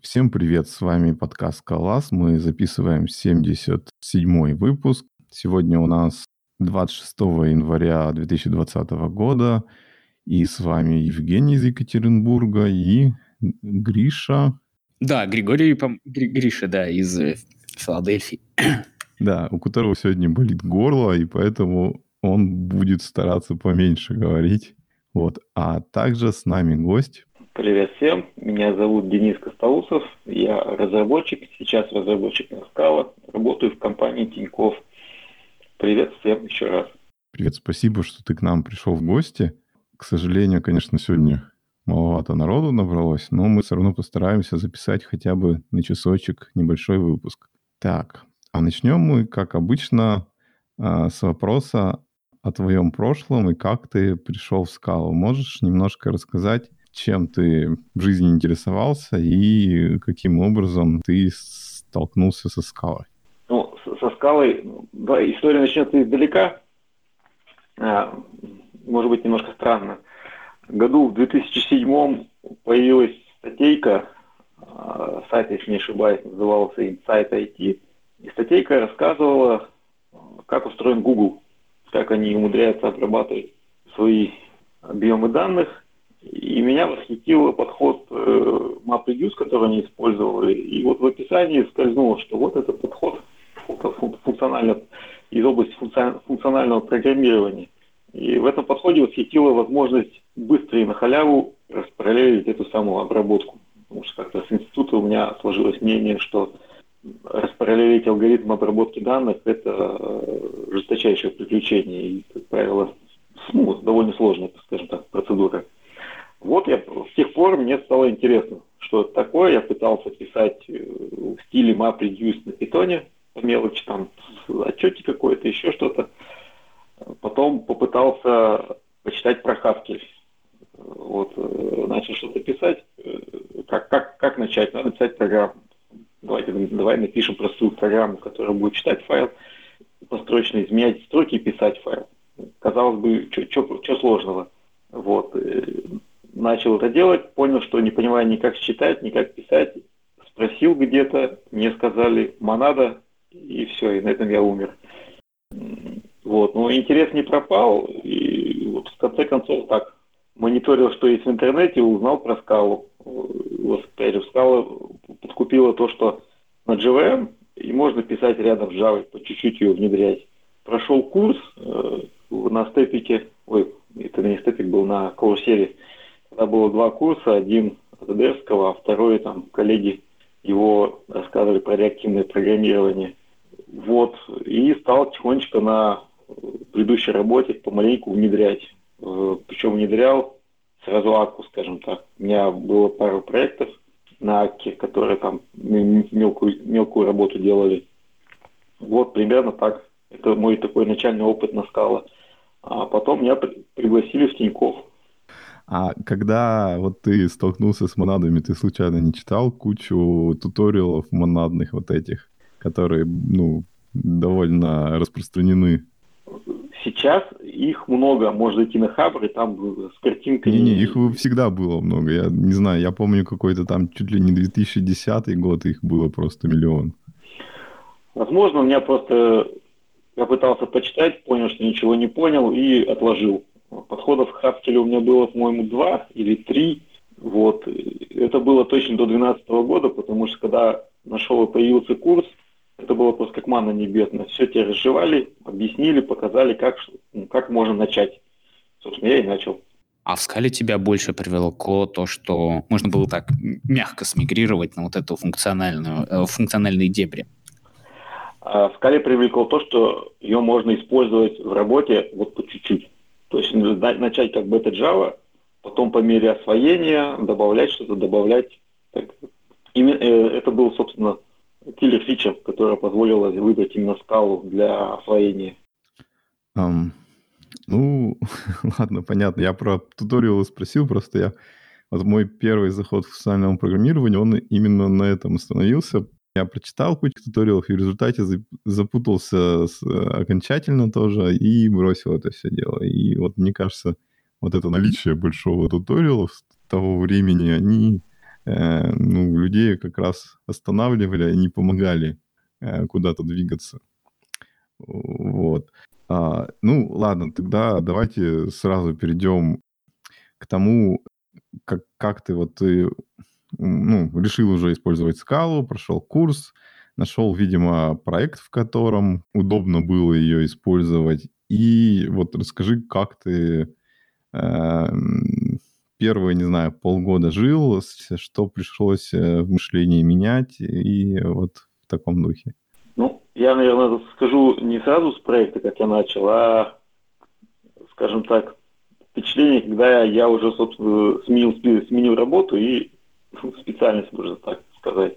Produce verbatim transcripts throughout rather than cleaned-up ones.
Всем привет, с вами подкаст «Скалолаз». Мы записываем семьдесят седьмой выпуск. Сегодня у нас двадцать шестого января две тысячи двадцатого года. И с вами Евгений из Екатеринбурга и Гриша. Да, Григорий пом- Гри- Гриша, да, из э, Филадельфии. Да, у которого сегодня болит горло, и поэтому он будет стараться поменьше говорить. Вот. А также с нами гость. Привет всем, меня зовут Денис Костолусов, я разработчик, сейчас разработчик на Scala, работаю в компании Тинькофф. Привет всем еще раз. Привет, спасибо, что ты к нам пришел в гости. К сожалению, конечно, сегодня маловато народу набралось, но мы все равно постараемся записать хотя бы на часочек небольшой выпуск. Так, а начнем мы, как обычно, с вопроса о твоем прошлом и как ты пришел в Scala. Можешь немножко рассказать, чем ты в жизни интересовался и каким образом ты столкнулся со Scala? Ну, со Scala, да, история начнется издалека. А, может быть, немножко странно. Году в две тысячи седьмом появилась статейка, сайт, если не ошибаюсь, назывался Insight ай ти. И статейка рассказывала, как устроен Google, как они умудряются обрабатывать свои объемы данных. И меня восхитил подход э, MapReduce, который они использовали. И вот в описании скользнуло, что вот этот подход функционально, из области функционального программирования. И в этом подходе восхитила возможность быстро и на халяву распараллелить эту самую обработку. Потому что как-то с института у меня сложилось мнение, что распараллелить алгоритм обработки данных – это жесточайшее приключение и, как правило, ну, довольно сложная, скажем так, процедура. Вот я с тех пор мне стало интересно, что это такое. Я пытался писать в стиле MapReduce на питоне, по мелочи, там, отчете какой-то, еще что-то. Потом попытался почитать про Haskell. Вот, начал что-то писать. Как, как, как начать? Надо писать программу. Давайте, давай напишем простую программу, которая будет читать файл, построчно изменять строки и писать файл. Казалось бы, что сложного. Вот. Начал это делать, понял, что не понимаю ни как считать, ни как писать. Спросил где-то, мне сказали «монада», и все, и на этом я умер. Вот. Но интерес не пропал, и вот в конце концов так мониторил, что есть в интернете, узнал про Scala. Вот, опять же, в Scala подкупило то, что на джей ви эм, и можно писать рядом с Java, по чуть-чуть ее внедрять. Прошел курс э, на степике, ой, это не степик был, на Coursera. Тогда было два курса, один от Адерского, а второй там коллеги его рассказывали про реактивное программирование. Вот, и стал тихонечко на предыдущей работе помаленьку внедрять. Причем внедрял сразу Акку, скажем так. У меня было пару проектов на Акке, которые там мелкую, мелкую работу делали. Вот, примерно так. Это мой такой начальный опыт на Scala. А потом меня пригласили в Тинькофф. А когда вот ты столкнулся с монадами, ты случайно не читал кучу туториалов монадных вот этих, которые, ну, довольно распространены? Сейчас их много. Можно идти на Хабр, и там с картинками... Не-не, их всегда было много. Я не знаю, я помню какой-то там чуть ли не две тысячи десятый год, их было просто миллион. Возможно, у меня просто... Я пытался почитать, понял, что ничего не понял и отложил. Подходов к Haskell у меня было, по-моему, два или три. Вот. Это было точно до две тысячи двенадцатого года, потому что когда нашел и появился курс, это было просто как манна небесная. Все те разжевали, объяснили, показали, как, как можно начать. Собственно, я и начал. А в Scala тебя больше привело то, что можно было так мягко смигрировать на вот эту функциональную, э, функциональные дебри? А в Scala привлекло то, что ее можно использовать в работе вот по чуть-чуть. То есть начать как бета-Java, потом по мере освоения добавлять что-то, добавлять. Так, именно, э, это был, собственно, киллер-фича, которая позволила выбрать именно Scala для освоения. Um, ну, ладно, понятно. Я про туториалы спросил, просто я... Вот мой первый заход в функциональном программировании, он именно на этом остановился. Я прочитал кучу туториалов и в результате запутался с, окончательно тоже и бросил это все дело. И вот мне кажется, вот это наличие большого туториала с того времени, они э, ну, людей как раз останавливали, они помогали э, куда-то двигаться. Вот. А, ну, ладно, тогда давайте сразу перейдем к тому, как, как ты вот ты, ну, решил уже использовать скалу, прошел курс, нашел, видимо, проект, в котором удобно было ее использовать. И вот расскажи, как ты э, первые, не знаю, полгода жил, с- что пришлось э, в мышлении менять, и вот в таком духе. Ну, я, наверное, скажу не сразу с проекта, как я начал, а, скажем так, впечатление, когда я уже, собственно, сменил, сменил работу и специальность, можно так сказать.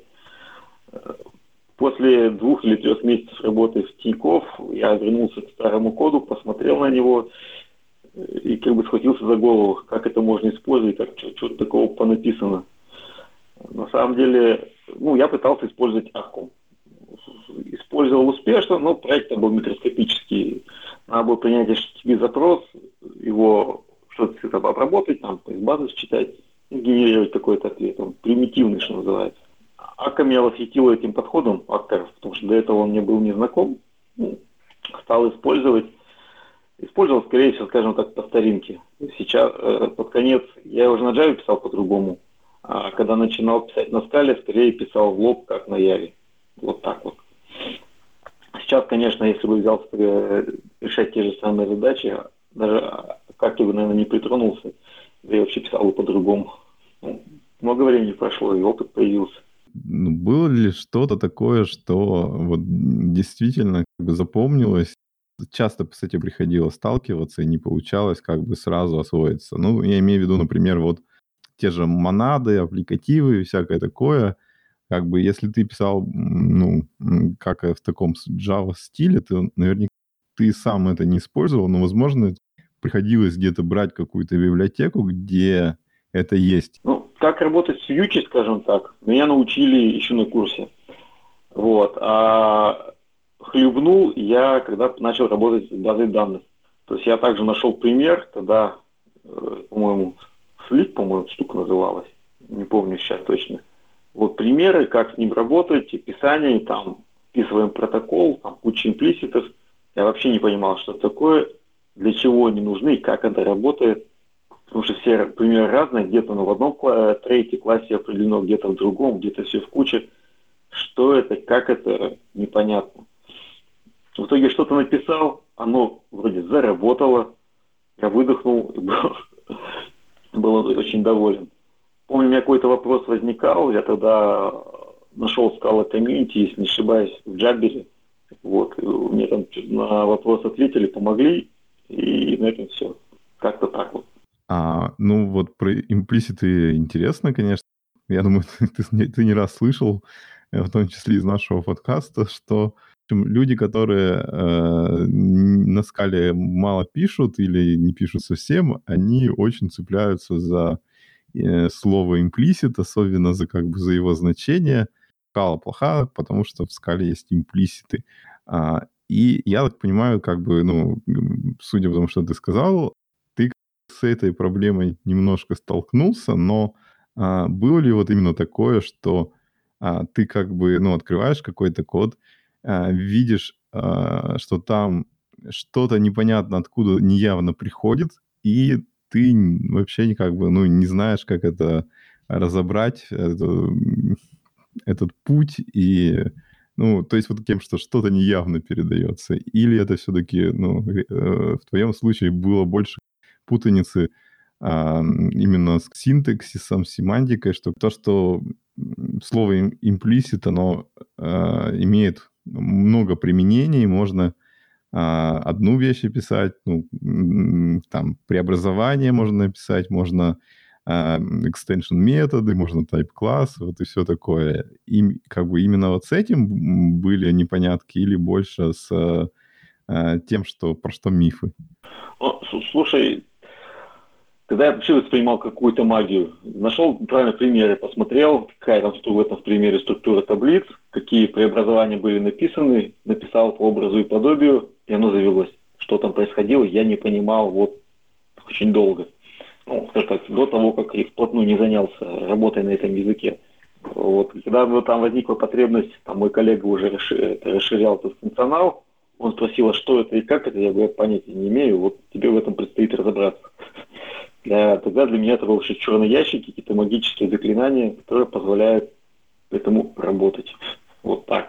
После двух или трех месяцев работы в Тинькофф я вернулся к старому коду, посмотрел на него и как бы схватился за голову, как это можно использовать, как что-то такого понаписано. На самом деле, ну, я пытался использовать Аккум. Использовал успешно, но проект был микроскопический. Надо было принять эйч ти ти пи запрос, его что-то обработать, там, из базы считать и генерировать какой-то ответ. Он примитивный, что называется. Акка меня восхитила этим подходом, Аккор, потому что до этого он мне был незнаком. Ну, стал использовать. Использовал, скорее всего, скажем так, по старинке. Сейчас, э, под конец, я уже на Java писал по-другому. А когда начинал писать на скале, скорее писал в лоб, как на Яве. Вот так вот. Сейчас, конечно, если бы взялся э, решать те же самые задачи, даже как я бы, наверное, не притронулся, да я вообще писал бы по-другому. Ну, много времени прошло, и опыт появился. Ну, было ли что-то такое, что вот действительно как бы запомнилось? Часто с этим приходилось сталкиваться, и не получалось как бы сразу освоиться. Ну, я имею в виду, например, вот те же монады, аппликативы и всякое такое. Как бы если ты писал, ну, как в таком Java стиле, то наверняка ты сам это не использовал, но, возможно, приходилось где-то брать какую-то библиотеку, где это есть. Ну, как работать с Vue, скажем так, меня научили еще на курсе. Вот. А хлебнул я, когда начал работать с базой данных. То есть я также нашел пример, тогда, по-моему, Flip, по-моему, штука называлась. Не помню сейчас точно. Вот примеры, как с ним работать, описание, там, вписываем протокол, там, куча имплиситов. Я вообще не понимал, что такое, для чего они нужны и как это работает. Потому что все примеры разные, где-то ну, в одном трейте классе определено, где-то в другом, где-то все в куче. Что это, как это, непонятно. В итоге что-то написал, оно вроде заработало, я выдохнул и был, был очень доволен. Помню, у меня какой-то вопрос возникал, я тогда нашел Scala Community, если не ошибаюсь, в Джаббере. Вот, мне там на вопрос ответили, помогли, и на этом все. Как-то так вот. А, ну вот про имплиситы интересно, конечно. Я думаю, ты, ты не раз слышал, в том числе из нашего подкаста, что люди, которые э, на скале мало пишут или не пишут совсем, они очень цепляются за э, слово implicit, особенно за как бы за его значение. Скала плоха, потому что в скале есть имплиситы. А, и я так понимаю, как бы, ну, судя по тому, что ты сказал, ты с этой проблемой немножко столкнулся, но а, было ли вот именно такое, что а, ты как бы, ну, открываешь какой-то код, а, видишь, а, что там что-то непонятно откуда неявно приходит, и ты вообще как бы, ну, не знаешь, как это разобрать, это, этот путь, и, ну, то есть вот тем, что что-то неявно передается. Или это все-таки, ну, в твоем случае было больше путаницы а, именно с синтаксисом, семантикой, что то, что слово implicit, оно а, имеет много применений, можно а, одну вещь описать, ну, там, преобразование можно написать, можно а, extension методы, можно type класс, вот и все такое. И как бы именно вот с этим были непонятки или больше с а, тем, что про что мифы? Ну, слушай, когда я вообще воспринимал какую-то магию, нашел правильно примеры, посмотрел, какая там в этом примере структура таблиц, какие преобразования были написаны, написал по образу и подобию, и оно завелось. Что там происходило, я не понимал вот очень долго. ну, скажем так, до того, как я вплотную не занялся работой на этом языке. Вот, когда там возникла потребность, там мой коллега уже расширял, расширял этот функционал, он спросил, а что это и как это, я говорю, понятия не имею, вот тебе в этом предстоит разобраться. Для, тогда для меня это был еще черный ящик, какие-то магические заклинания, которые позволяют этому работать. Вот так.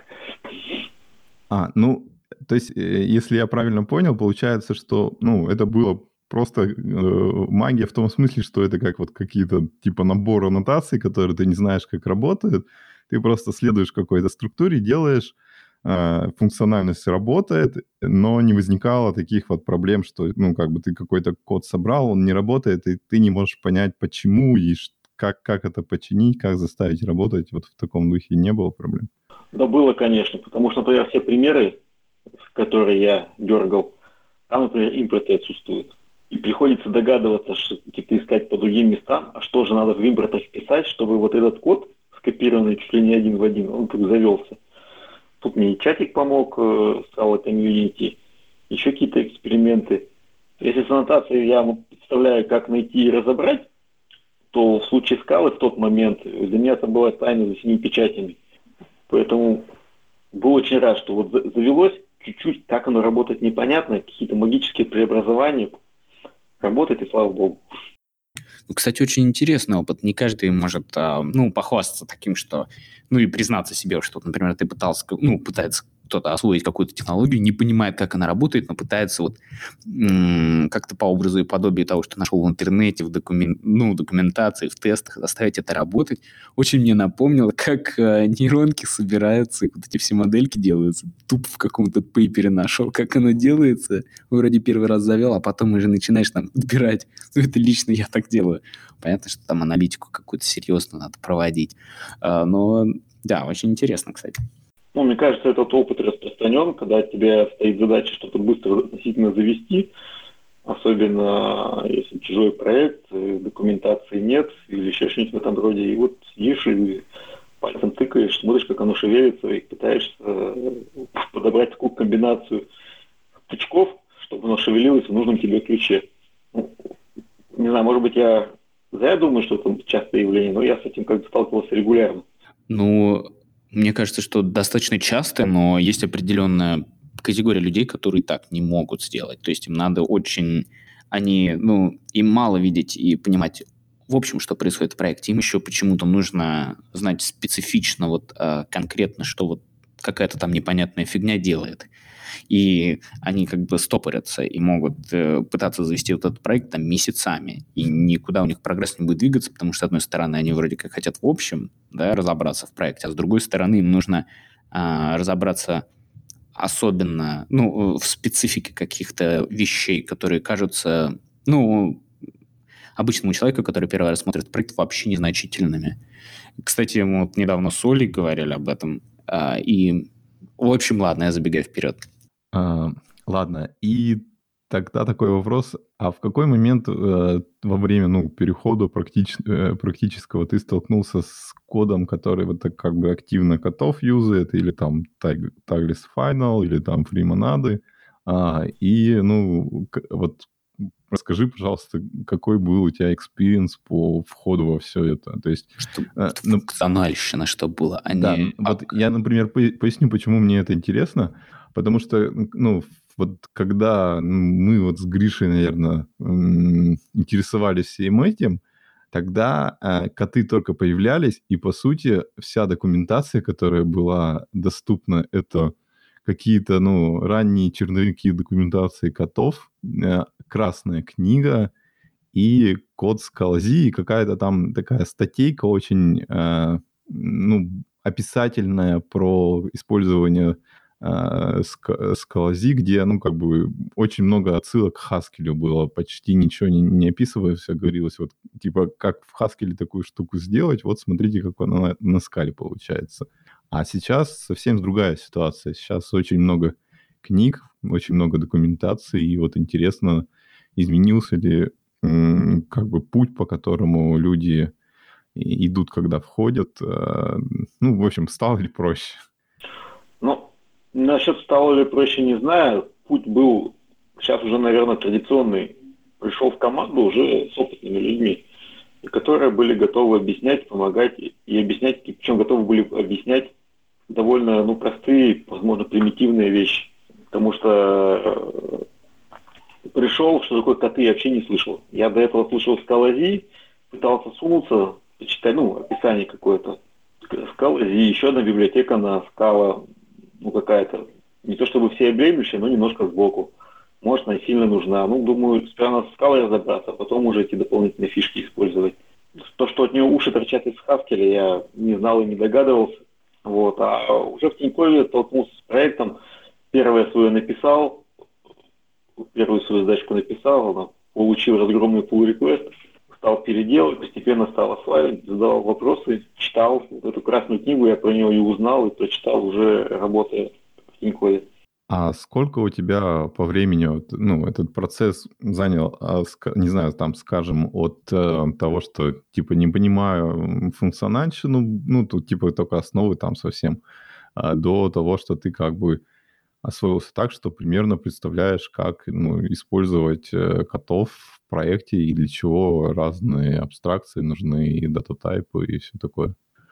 А, ну, то есть, если я правильно понял, получается, что, ну, это было просто э, магия в том смысле, что это как вот какие-то типа набор аннотаций, которые ты не знаешь, как работают. Ты просто следуешь какой-то структуре, делаешь, э, функциональность работает, но не возникало таких вот проблем, что, ну, как бы ты какой-то код собрал, он не работает, и ты не можешь понять, почему и как, как это починить, как заставить работать. Вот в таком духе не было проблем. Да было, конечно, потому что, например, все примеры, которые я дергал, там, например, импорты отсутствуют. И приходится догадываться, что какие-то искать по другим местам, а что же надо в импортах писать, чтобы вот этот код, скопированный чуть ли не один в один, он тут завелся. Тут мне и чатик помог, стало комьюнити, еще какие-то эксперименты. Если с аннотацией я представляю, как найти и разобрать, то в случае скалы в тот момент для меня это была тайна за семи печатями. Поэтому был очень рад, что вот завелось, чуть-чуть, как оно работает непонятно, какие-то магические преобразования, работает, и слава богу. Кстати, очень интересный опыт. Не каждый может, ну, похвастаться таким, что, ну, и признаться себе, что, например, ты пытался, ну, пытается кто-то освоить какую-то технологию, не понимает, как она работает, но пытается вот м- как-то по образу и подобию того, что нашел в интернете, в докумен... ну, документации, в тестах, заставить это работать. Очень мне напомнило, как э, нейронки собираются, и вот эти все модельки делаются. Тупо в каком-то пейпере нашел, как оно делается. Вроде первый раз завел, а потом уже начинаешь там подбирать. Ну, это лично я так делаю. Понятно, что там аналитику какую-то серьезную надо проводить. А, но, да, очень интересно, кстати. Ну, мне кажется, этот опыт распространен, когда тебе стоит задача что-то быстро относительно завести, особенно если чужой проект, документации нет или еще что-нибудь в этом роде. И вот сидишь и пальцем тыкаешь, смотришь, как оно шевелится, и пытаешься подобрать такую комбинацию тычков, чтобы оно шевелилось в нужном тебе ключе. Ну, не знаю, может быть, я зря думаю, что это частое явление, но я с этим как-то сталкивался регулярно. Ну, мне кажется, что достаточно часто, но есть определенная категория людей, которые так не могут сделать. То есть им надо очень... Они, ну, им мало видеть и понимать в общем, что происходит в проекте. Им еще почему-то нужно знать специфично, вот конкретно, что вот какая-то там непонятная фигня делает. И они как бы стопорятся и могут э, пытаться завести вот этот проект там месяцами, и никуда у них прогресс не будет двигаться, потому что, с одной стороны, они вроде как хотят в общем, да, разобраться в проекте, а с другой стороны, им нужно э, разобраться особенно, ну, в специфике каких-то вещей, которые кажутся, ну, обычному человеку, который первый раз смотрит проект, вообще незначительными. Кстати, мы вот недавно с Олей говорили об этом, э, и, в общем, ладно, я забегаю вперед. А, ладно, и тогда такой вопрос, а в какой момент э, во время, ну, перехода практич, э, практического ты столкнулся с кодом, который вот так как бы активно котов юзает, или там tag, Tagless Final, или там FreeMonad, а, и, ну, к, вот расскажи, пожалуйста, какой был у тебя экспириенс по входу во все это, то есть... Что, э, функциональщина, что было, а да, не... вот я, например, поясню, почему мне это интересно. Потому что, ну, вот когда мы вот с Гришей, наверное, интересовались всем этим, тогда э, коты только появлялись, и, по сути, вся документация, которая была доступна, это какие-то, ну, ранние черновики документации котов, э, красная книга и код Scalzi, и какая-то там такая статейка очень, э, ну, описательная про использование э, Scalzi, где, ну, как бы очень много отсылок к Haskell было, почти ничего не, не описывая, все говорилось, вот, типа, как в Haskell такую штуку сделать, вот, смотрите, как она на, на скале получается. А сейчас совсем другая ситуация. Сейчас очень много книг, очень много документации, и вот интересно, изменился ли м, как бы путь, по которому люди идут, когда входят. э, Ну, в общем, стало ли проще? Ну, насчет стало ли проще, не знаю. Путь был сейчас уже, наверное, традиционный. пришел в команду уже с опытными людьми, которые были готовы объяснять, помогать и объяснять, и причем готовы были объяснять довольно ну, простые, возможно, примитивные вещи. Потому что э, пришел, что такое коты, я вообще не слышал. Я до этого слышал скалази, пытался сунуться, почитать, ну, описание какое-то. Скалази, еще одна библиотека на скала, ну, какая-то. Не то чтобы все облемлющие, но немножко сбоку. Может, она сильно нужна. Ну, думаю, сперва надо с скалой разобраться, а потом уже эти дополнительные фишки использовать. То, что от нее уши торчат из Haskell, я не знал и не догадывался. Вот. А уже в Тинькове столкнулся с проектом. Первое свое написал, первую свою задачку написал, получил разгромный pull request, стал переделывать, постепенно стал осваивать, задавал вопросы, читал. Вот эту красную книгу я про нее и узнал, и прочитал уже работая в Тинькове. А сколько у тебя по времени вот, ну, этот процесс занял, а, ска- не знаю, там, скажем, от э, того, что, типа, не понимаю функциональщину, ну, тут, типа, только основы там совсем, а, до того, что ты как бы освоился так, что примерно представляешь, как, ну, использовать э, котов в проекте и для чего разные абстракции нужны, и дата-тайпы, и все такое.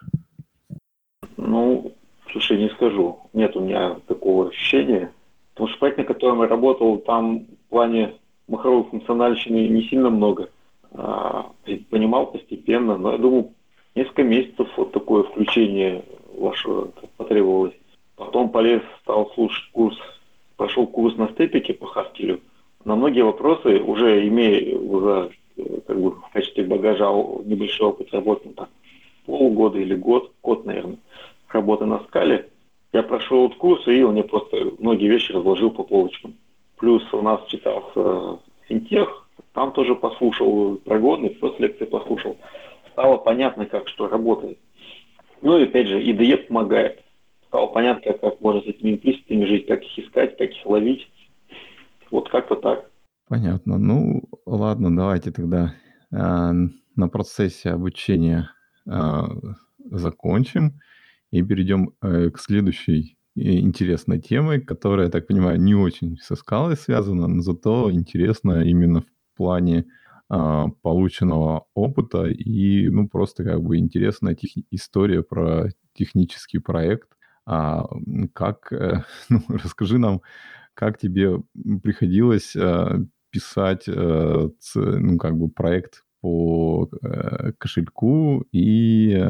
Ну, слушай, не скажу. Нет у меня такого ощущения. Потому что проект, на котором я работал, там в плане махровой функциональщины не сильно много. А, понимал постепенно, но я думаю, несколько месяцев вот такое включение вашего потребовалось. Потом полез, стал слушать курс, прошел курс на степике по Haskell. На многие вопросы, уже имея уже, как бы, в качестве багажа небольшой опыт работы, ну, так, полгода или год, год, наверное, работы на скале, я прошел этот курс, и он мне просто многие вещи разложил по полочкам. Плюс у нас читался финтех, там тоже послушал прогонный, после лекции послушал. Стало понятно, как что работает. Ну и опять же, и ай ди и помогает. Стало понятно, как, как можно с этими имплиситами жить, как их искать, как их ловить. Вот как-то так. Понятно. Ну, ладно, давайте тогда а, на процессе обучения а, закончим и перейдем э, к следующей э, интересной теме, которая, я так понимаю, не очень со скалой связана, но зато интересна именно в плане а, полученного опыта и, ну, просто как бы интересная тех- история про технический проект. А, м, как, э, ну, расскажи нам, как тебе приходилось э, писать, э, ц- ну, как бы проект по э, кошельку и, э,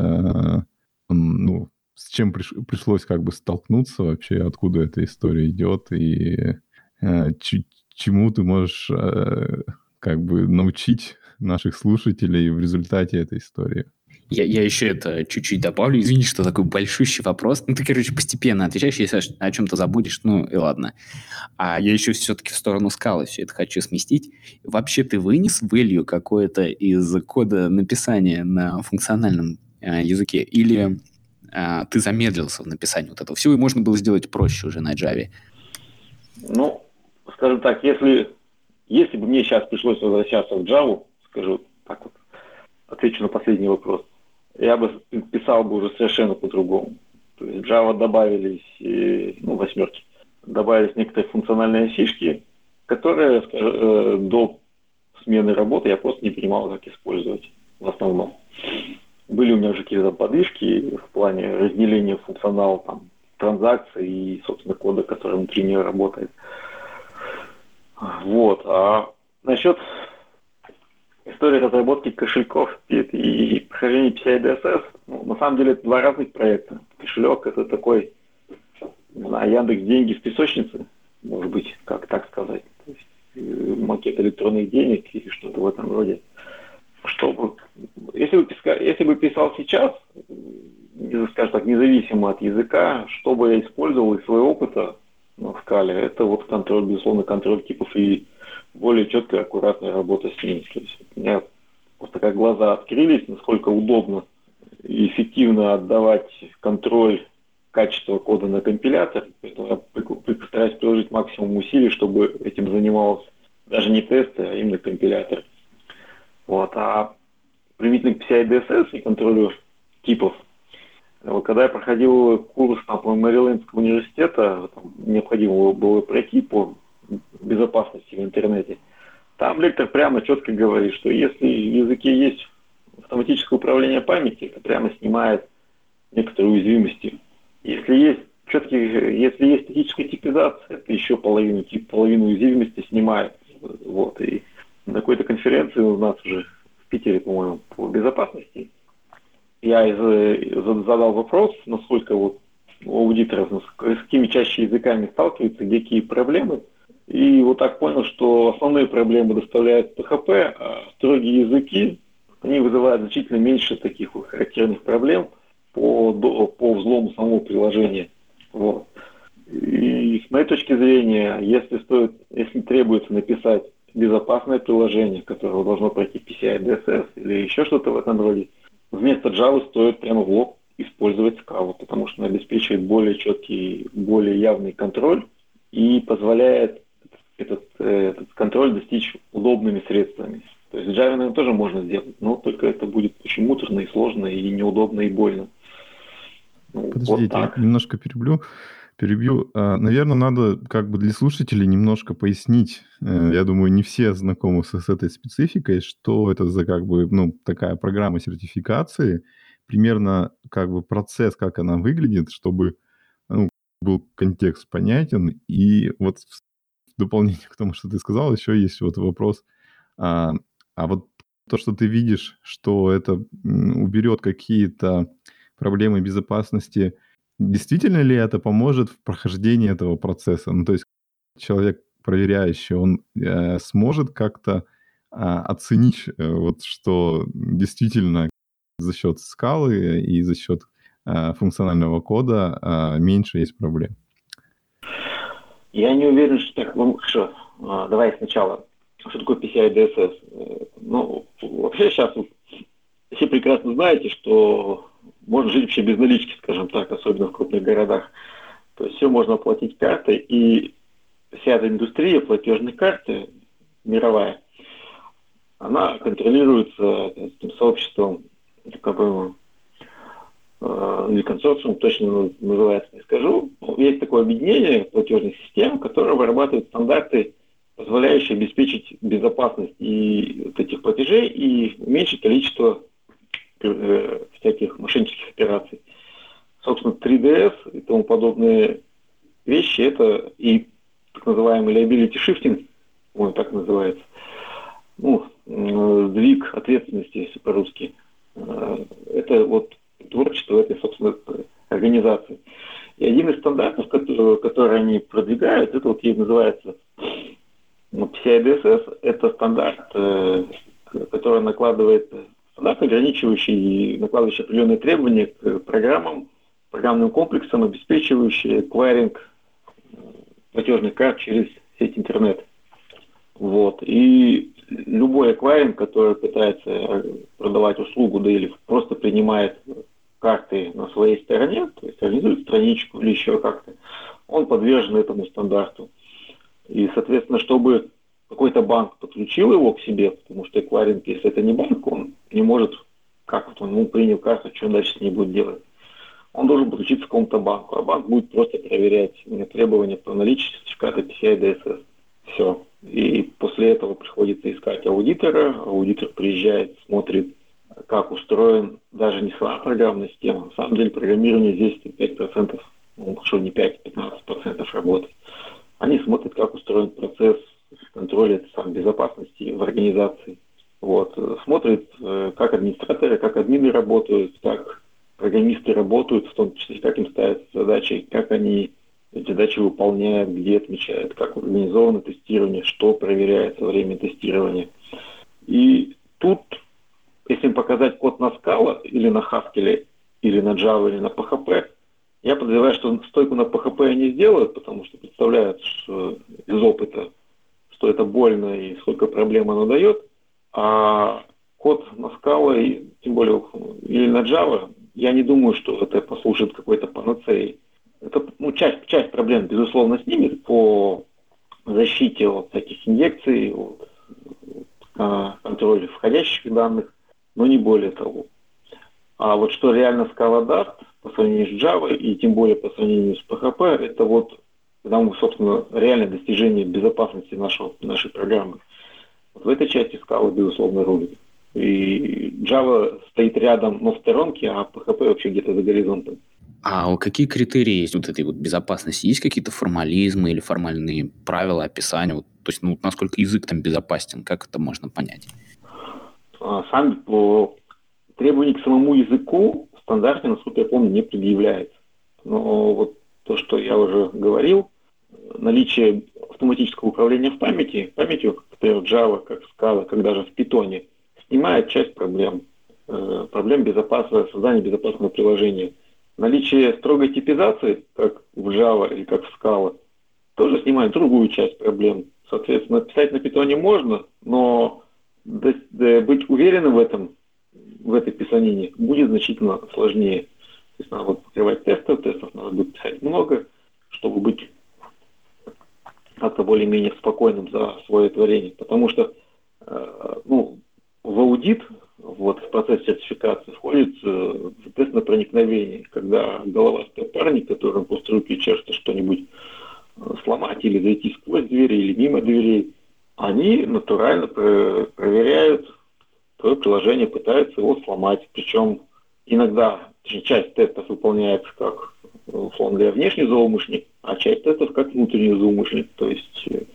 м, ну, с чем приш- пришлось как бы столкнуться вообще, откуда эта история идет и э, ч- чему ты можешь э, как бы научить наших слушателей в результате этой истории. Я, я еще это чуть-чуть добавлю. Извини, что такой большущий вопрос. Ну, ты, короче, постепенно отвечаешь, если о чем-то забудешь, ну и ладно. А я еще все-таки в сторону скалы все это хочу сместить. Вообще ты вынес value какое-то из кода написания на функциональном э, языке? Или э, ты замедлился в написании вот этого всего, и можно было сделать проще уже на Java? Ну, скажем так, если, если бы мне сейчас пришлось возвращаться в Java, скажу так вот, отвечу на последний вопрос, я бы писал бы уже совершенно по-другому. То есть в Java добавились, ну, восьмерки, добавились некоторые функциональные фишки, которые, скажем, до смены работы я просто не понимал, как использовать в основном. Были у меня уже какие-то подвижки в плане разделения функционала, там, транзакций и, собственно, кода, который внутри нее работает. Вот. А насчет истории разработки кошельков и прохождения пи си ай ди эс эс, ну, на самом деле это два разных проекта. Кошелек — это такой, не знаю, Яндекс деньги в песочнице, может быть, как так сказать. То есть, макет электронных денег или что-то в этом роде. Чтобы, если бы, если бы писал сейчас, скажем так, независимо от языка, что бы я использовал из своего опыта в скале, это вот контроль, безусловно, контроль типов и более четкая, аккуратная работа с ними. То есть у меня просто как глаза открылись, насколько удобно и эффективно отдавать контроль качества кода на компилятор. Поэтому я стараюсь приложить максимум усилий, чтобы этим занимался даже не тесты, а именно компилятор. Вот. А применительно к пи си ай ди эс эс и контролю типов, вот, когда я проходил курс там, по Мэрилендского университета, там, необходимо было пройти по безопасности в интернете, Там лектор прямо четко говорит, что если в языке есть автоматическое управление памятью, это прямо снимает некоторые уязвимости. Если есть четкие, если есть статическая типизация, это еще половину, тип, половину уязвимости снимает. Вот. И на какой-то конференции у нас уже в Питере, по-моему, по безопасности, я из, задал вопрос, насколько вот у аудиторов, с какими чаще языками сталкиваются, где какие проблемы. И вот так понял, что основные проблемы доставляет пэ хэ пэ, а строгие языки, они вызывают значительно меньше таких вот характерных проблем по, по взлому самого приложения. Вот. И с моей точки зрения, если стоит, если требуется написать безопасное приложение, которое должно пройти пи си ай ди эс эс или еще что-то в этом роде, вместо Java стоит прямо в лоб использовать Scala, потому что она обеспечивает более четкий, более явный контроль и позволяет этот, этот контроль достичь удобными средствами. То есть в Java, наверное, тоже можно сделать, но только это будет очень муторно и сложно, и неудобно, и больно. Ну, Подождите, вот немножко перебью. Перебью. Наверное, надо как бы для слушателей немножко пояснить. Я думаю, не все знакомы с, с этой спецификой, что это за как бы, ну, такая программа сертификации, примерно как бы процесс, как она выглядит, чтобы, ну, был контекст понятен. И вот в дополнение к тому, что ты сказал, еще есть вот вопрос. А, а вот то, что ты видишь, что это уберет какие-то проблемы безопасности, действительно ли это поможет в прохождении этого процесса? Ну, то есть человек, проверяющий, он э, сможет как-то э, оценить, э, вот, что действительно за счет скалы и за счет э, функционального кода э, меньше есть проблем? Я не уверен, что так. Ну, хорошо, давай сначала. Что такое пи си ай ди эс эс? Ну, вообще сейчас все прекрасно знаете, что можно жить вообще без налички, скажем так, особенно в крупных городах. То есть все можно оплатить картой, и вся эта индустрия платежной карты мировая, она контролируется этим сообществом, как бы, или консорциум, точно называется, не скажу. Есть такое объединение платежных систем, которое вырабатывает стандарты, позволяющие обеспечить безопасность и вот этих платежей и уменьшить количество э, всяких мошеннических операций. Собственно, три дэ эс и тому подобные вещи, это и так называемый liability shifting, он так называется, ну, э, сдвиг ответственности, если по-русски. Э, это вот творчество этой, собственно, организации. И один из стандартов, который, который они продвигают, это вот и называется ну, пи си ай ди эс эс, это стандарт, э, который накладывает, стандарт, ограничивающий, накладывающий определенные требования к программам, программным комплексам, обеспечивающие эквайринг платежных карт через сеть интернет. Вот. И любой эквайринг, который пытается продавать услугу, да или просто принимает карты на своей стороне, то есть организует страничку или еще как-то, он подвержен этому стандарту. И, соответственно, чтобы какой-то банк подключил его к себе, потому что эквайринг, если это не банк, он не может, как вот он ну, принял карту, что он дальше с ней будет делать. Он должен подключиться к какому-то банку, а банк будет просто проверять требования по наличию сертификата пи си ай ди эс эс. Все. И после этого приходится искать аудитора, аудитор приезжает, смотрит, как устроен даже не сама программная система. На самом деле программирование здесь пять процентов, ну, что не пять, пятнадцать процентов работы. Они смотрят, как устроен процесс контроля сам безопасности в организации. Вот. Смотрят, как администраторы, как админы работают, как программисты работают, в том числе, как им ставятся задачи, как они эти задачи выполняют, где отмечают, как организовано тестирование, что проверяется во время тестирования. И тут, если им показать код на Scala или на Haskell, или на Java, или на пи эйч пи, я подозреваю, что стойку на пи эйч пи они сделают, потому что представляют что из опыта, что это больно и сколько проблем оно дает. А код на Scala, и, тем более или на Java, я не думаю, что это послужит какой-то панацеей. Это ну, часть, часть проблем, безусловно, снимет по защите от всяких инъекций, от, от контроля входящих данных, но не более того. А вот что реально Scala даст по сравнению с Java и тем более по сравнению с пи эйч пи, это вот, когда мы, собственно, реальное достижение безопасности нашего, нашей программы. Вот в этой части Scala, безусловно, рулит. И Java стоит рядом, но в сторонке, а пи эйч пи вообще где-то за горизонтом. А какие критерии есть вот этой вот безопасности? Есть какие-то формализмы или формальные правила описания? Вот, то есть, ну, насколько язык там безопасен? Как это можно понять? Сам по требованию к самому языку в стандарте, насколько я помню, не предъявляется. Но вот то, что я уже говорил, наличие автоматического управления в памяти, памятью, например, Java, как Scala, как даже в Python, снимает часть проблем. Э, проблем безопасного, создания безопасного приложения. Наличие строгой типизации, как в Java или как в Scala, тоже снимает другую часть проблем. Соответственно, писать на Python можно, но д- д- быть уверенным в этом, в этой писанине будет значительно сложнее. То есть надо будет покрывать тесты, тестов надо будет писать много, чтобы быть как-то более-менее спокойным за свое творение. Потому что э, ну, в аудит, вот, в процесс сертификации входит э, тест на проникновение, когда головастые парни, которым после руки чешется что-нибудь э, сломать или зайти сквозь двери или мимо дверей, они натурально про- проверяют твое приложение, пытаются его сломать. Причем иногда часть тестов выполняется как, условно говоря, внешний злоумышленник, а часть тестов как внутренний злоумышленник. То есть, э,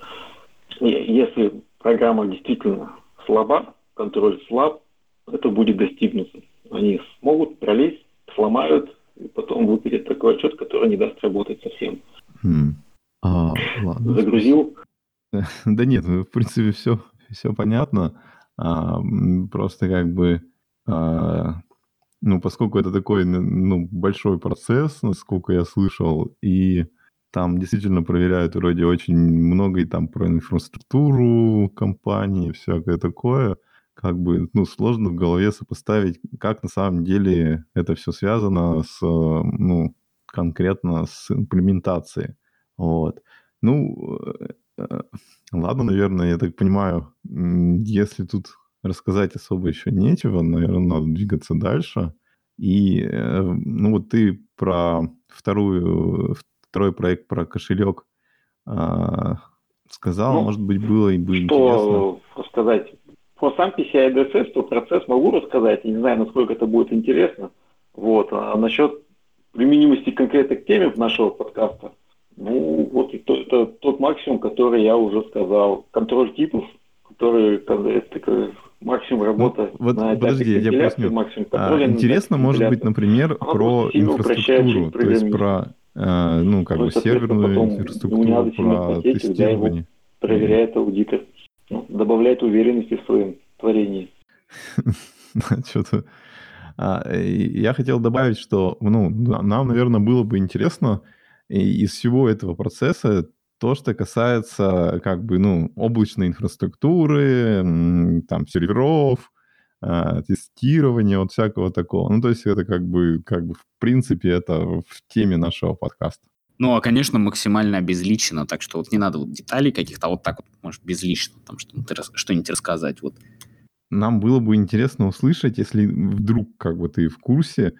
если программа действительно слаба, контроль слаб, это будет достигнуто. Они смогут пролезть, сломают, и потом выпадет такой отчет, который не даст работать совсем. Хм. А, ладно, Загрузил. Да нет, ну, в принципе, все, все понятно. А, м, просто как бы, а, ну, поскольку это такой, н- ну, большой процесс, насколько я слышал, и там действительно проверяют вроде очень много и там про инфраструктуру компании, всякое такое, как бы, ну, сложно в голове сопоставить, как на самом деле это все связано с, э, ну, конкретно с имплементацией. Вот. Ну, э, э, ладно, наверное, я так понимаю, м, если тут рассказать особо еще нечего, наверное, надо двигаться дальше. И, э, ну, вот ты про вторую, второй проект, про кошелек а, сказал, Ну, может быть, было и бы интересно. что рассказать? Про сам пи си ай ди эс эс, про процесс могу рассказать. Я не знаю, насколько это будет интересно. Вот. А насчет применимости конкретно к теме нашего подкаста, ну, вот это, это тот максимум, который я уже сказал. Контроль типов, который, это такой максимум Ну, работы вот на этапе подожди, я тебе компиляции, поясню. максимум А, контроля на этапе интересно, может быть, компиляции. например, Оно про просто сильно упрощает жизнь инфраструктуру, то есть программиста. про, э, ну, как Ну бы и, соответственно, серверную потом ему не инфраструктуру, надо сильно про потеть, когда его тестирование. проверяет аудитор. Ну, добавляет уверенности в своем творении. Что-то... А, и я хотел добавить, что, ну, на- нам, наверное, было бы интересно и- из всего этого процесса то, что касается, как бы, ну, облачной инфраструктуры, м, там, серверов, а, тестирования, вот всякого такого. Ну, то есть это как бы, как бы, в принципе, это в теме нашего подкаста. Ну, а, конечно, максимально обезличенно, так что вот не надо вот деталей каких-то, а вот так вот, может, безлично, там что-нибудь, рас- что-нибудь рассказать. Вот. Нам было бы интересно услышать, если вдруг, как бы, ты в курсе,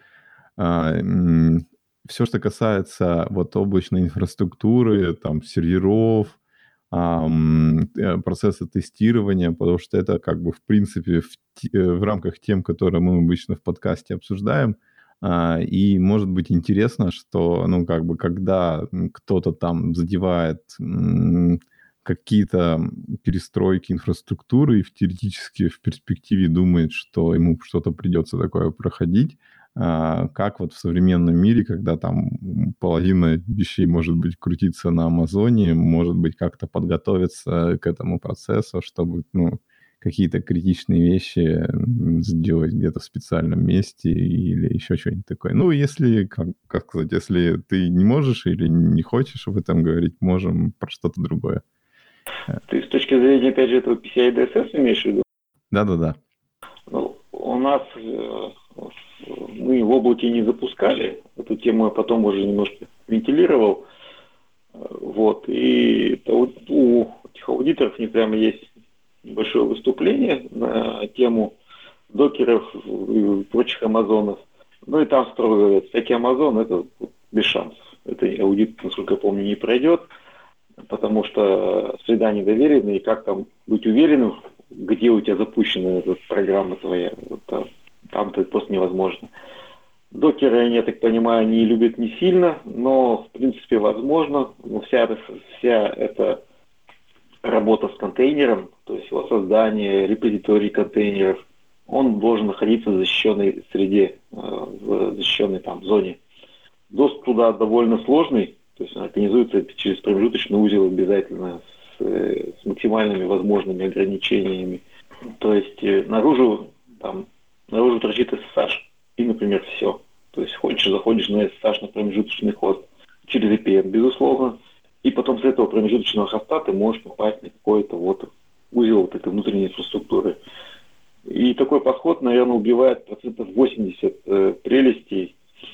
все, что касается вот облачной инфраструктуры, там, серверов, ам, э, процесса тестирования, потому что это как бы в принципе в, те- э, в рамках тем, которые мы обычно в подкасте обсуждаем. А, и может быть интересно, что, ну, как бы, когда м, кто-то там задевает м, какие-то перестройки инфраструктуры и в- теоретически в перспективе думает, что ему что-то придется такое проходить, а, как вот в современном мире, когда там половина вещей, может быть, крутиться на Амазоне, может быть, как-то подготовиться к этому процессу, чтобы, ну, какие-то критичные вещи м, сделать где-то в специальном месте или еще что-нибудь такое. Ну, если, как, как сказать, если ты не можешь или не хочешь об этом говорить, можем про что-то другое. Ты с точки зрения, опять же, этого пи си ай ди эс эс имеешь в виду? Да-да-да. Ну, у нас э, мы в облаке не запускали. Эту тему я потом уже немножко вентилировал. Э, Вот. И это вот у этих аудиторов у них прямо есть небольшое выступление на тему докеров и прочих амазонов. Ну и там строго говорят, всякий амазон это без шансов. Это аудит, насколько я помню, не пройдет, потому что среда недоверенная, и как там быть уверенным где у тебя запущена эта программа твоя. Вот там, там это просто невозможно. Докеры, они, я так понимаю, не любят не сильно, но, в принципе, возможно. Но вся, вся эта работа с контейнером, то есть его создание, репозиторий контейнеров, он должен находиться в защищенной среде, в защищенной там зоне. Доступ туда довольно сложный, то есть он организуется через промежуточный узел обязательно с, с максимальными возможными ограничениями. То есть наружу, там, наружу торчит эс эс эйч, и, например, все. То есть хочешь, заходишь на эс эс эйч, на промежуточный хост через ви пи эн, безусловно, и потом с этого промежуточного хоста ты можешь попасть на какой-то вот узел вот этой внутренней инфраструктуры. И такой подход, наверное, убивает процентов восемьдесят э, прелестей,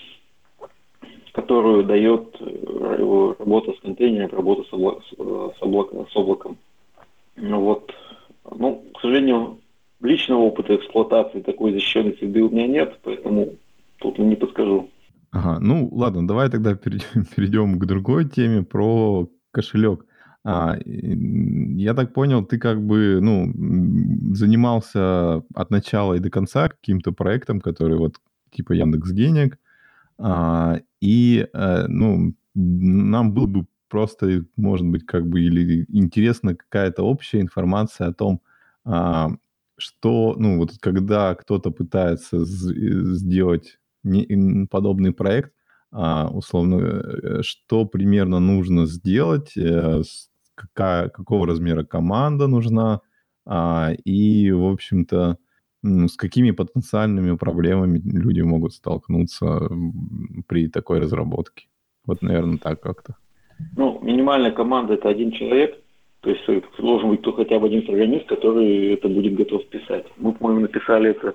которую дает работа с контейнером, работа с, облак, с, облак, с облаком. Ну, вот. Ну, к сожалению, личного опыта эксплуатации такой защищенной среды у меня нет, поэтому тут не подскажу. Ага, ну ладно, давай тогда перейдем, перейдем к другой теме про кошелек. А, я так понял, ты как бы, ну, занимался от начала и до конца каким-то проектом, который вот типа Яндекс.Денег, а, и, э, ну, нам было бы просто, может быть, как бы или интересна какая-то общая информация о том, а, что, ну, вот когда кто-то пытается сделать не, подобный проект, а, условно, э, что примерно нужно сделать, э, какая, какого размера команда нужна, а, и, в общем-то, с какими потенциальными проблемами люди могут столкнуться при такой разработке? Вот, наверное, так как-то. Ну, минимальная команда – это один человек, то есть должен быть кто хотя бы один программист, который это будет готов писать. Мы, по-моему, написали это,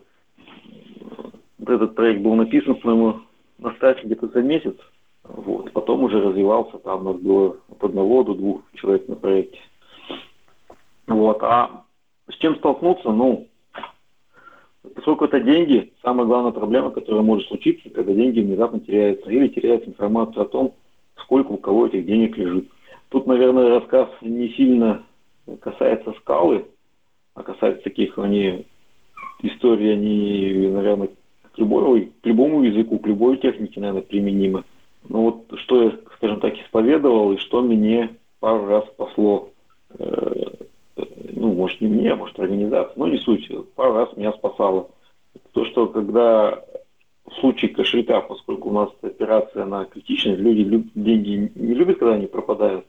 этот проект был написан, по-моему, на старте где-то за месяц, вот, потом уже развивался, там у нас было от одного до двух человек на проекте. Вот, а с чем столкнуться, ну, поскольку это деньги, самая главная проблема, которая может случиться, когда деньги внезапно теряются или теряется информация о том, сколько у кого этих денег лежит. Тут, наверное, рассказ не сильно касается скалы, а касается таких, они, истории, они, наверное, к, любой, к любому языку, к любой технике, наверное, применимы. Но вот что я, скажем так, исповедовал, и что мне пару раз спасло, э, ну, может, не мне, а может, организация, но не суть, пару раз меня спасало. То, что когда в случае кошелька, поскольку у нас операция на критичность, люди люб, деньги не любят, когда они пропадают,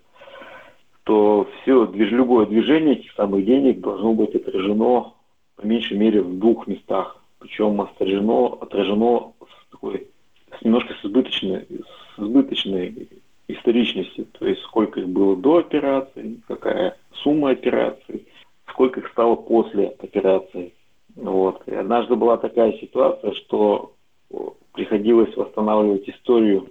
то все, движ, любое движение этих самых денег должно быть отражено по меньшей мере в двух местах. Причем отражено, отражено с, такой, с немножко с избыточной, с избыточной историчностью. То есть сколько их было до операции, какая сумма операции, сколько их стало после операции. Вот. И однажды была такая ситуация, что приходилось восстанавливать историю,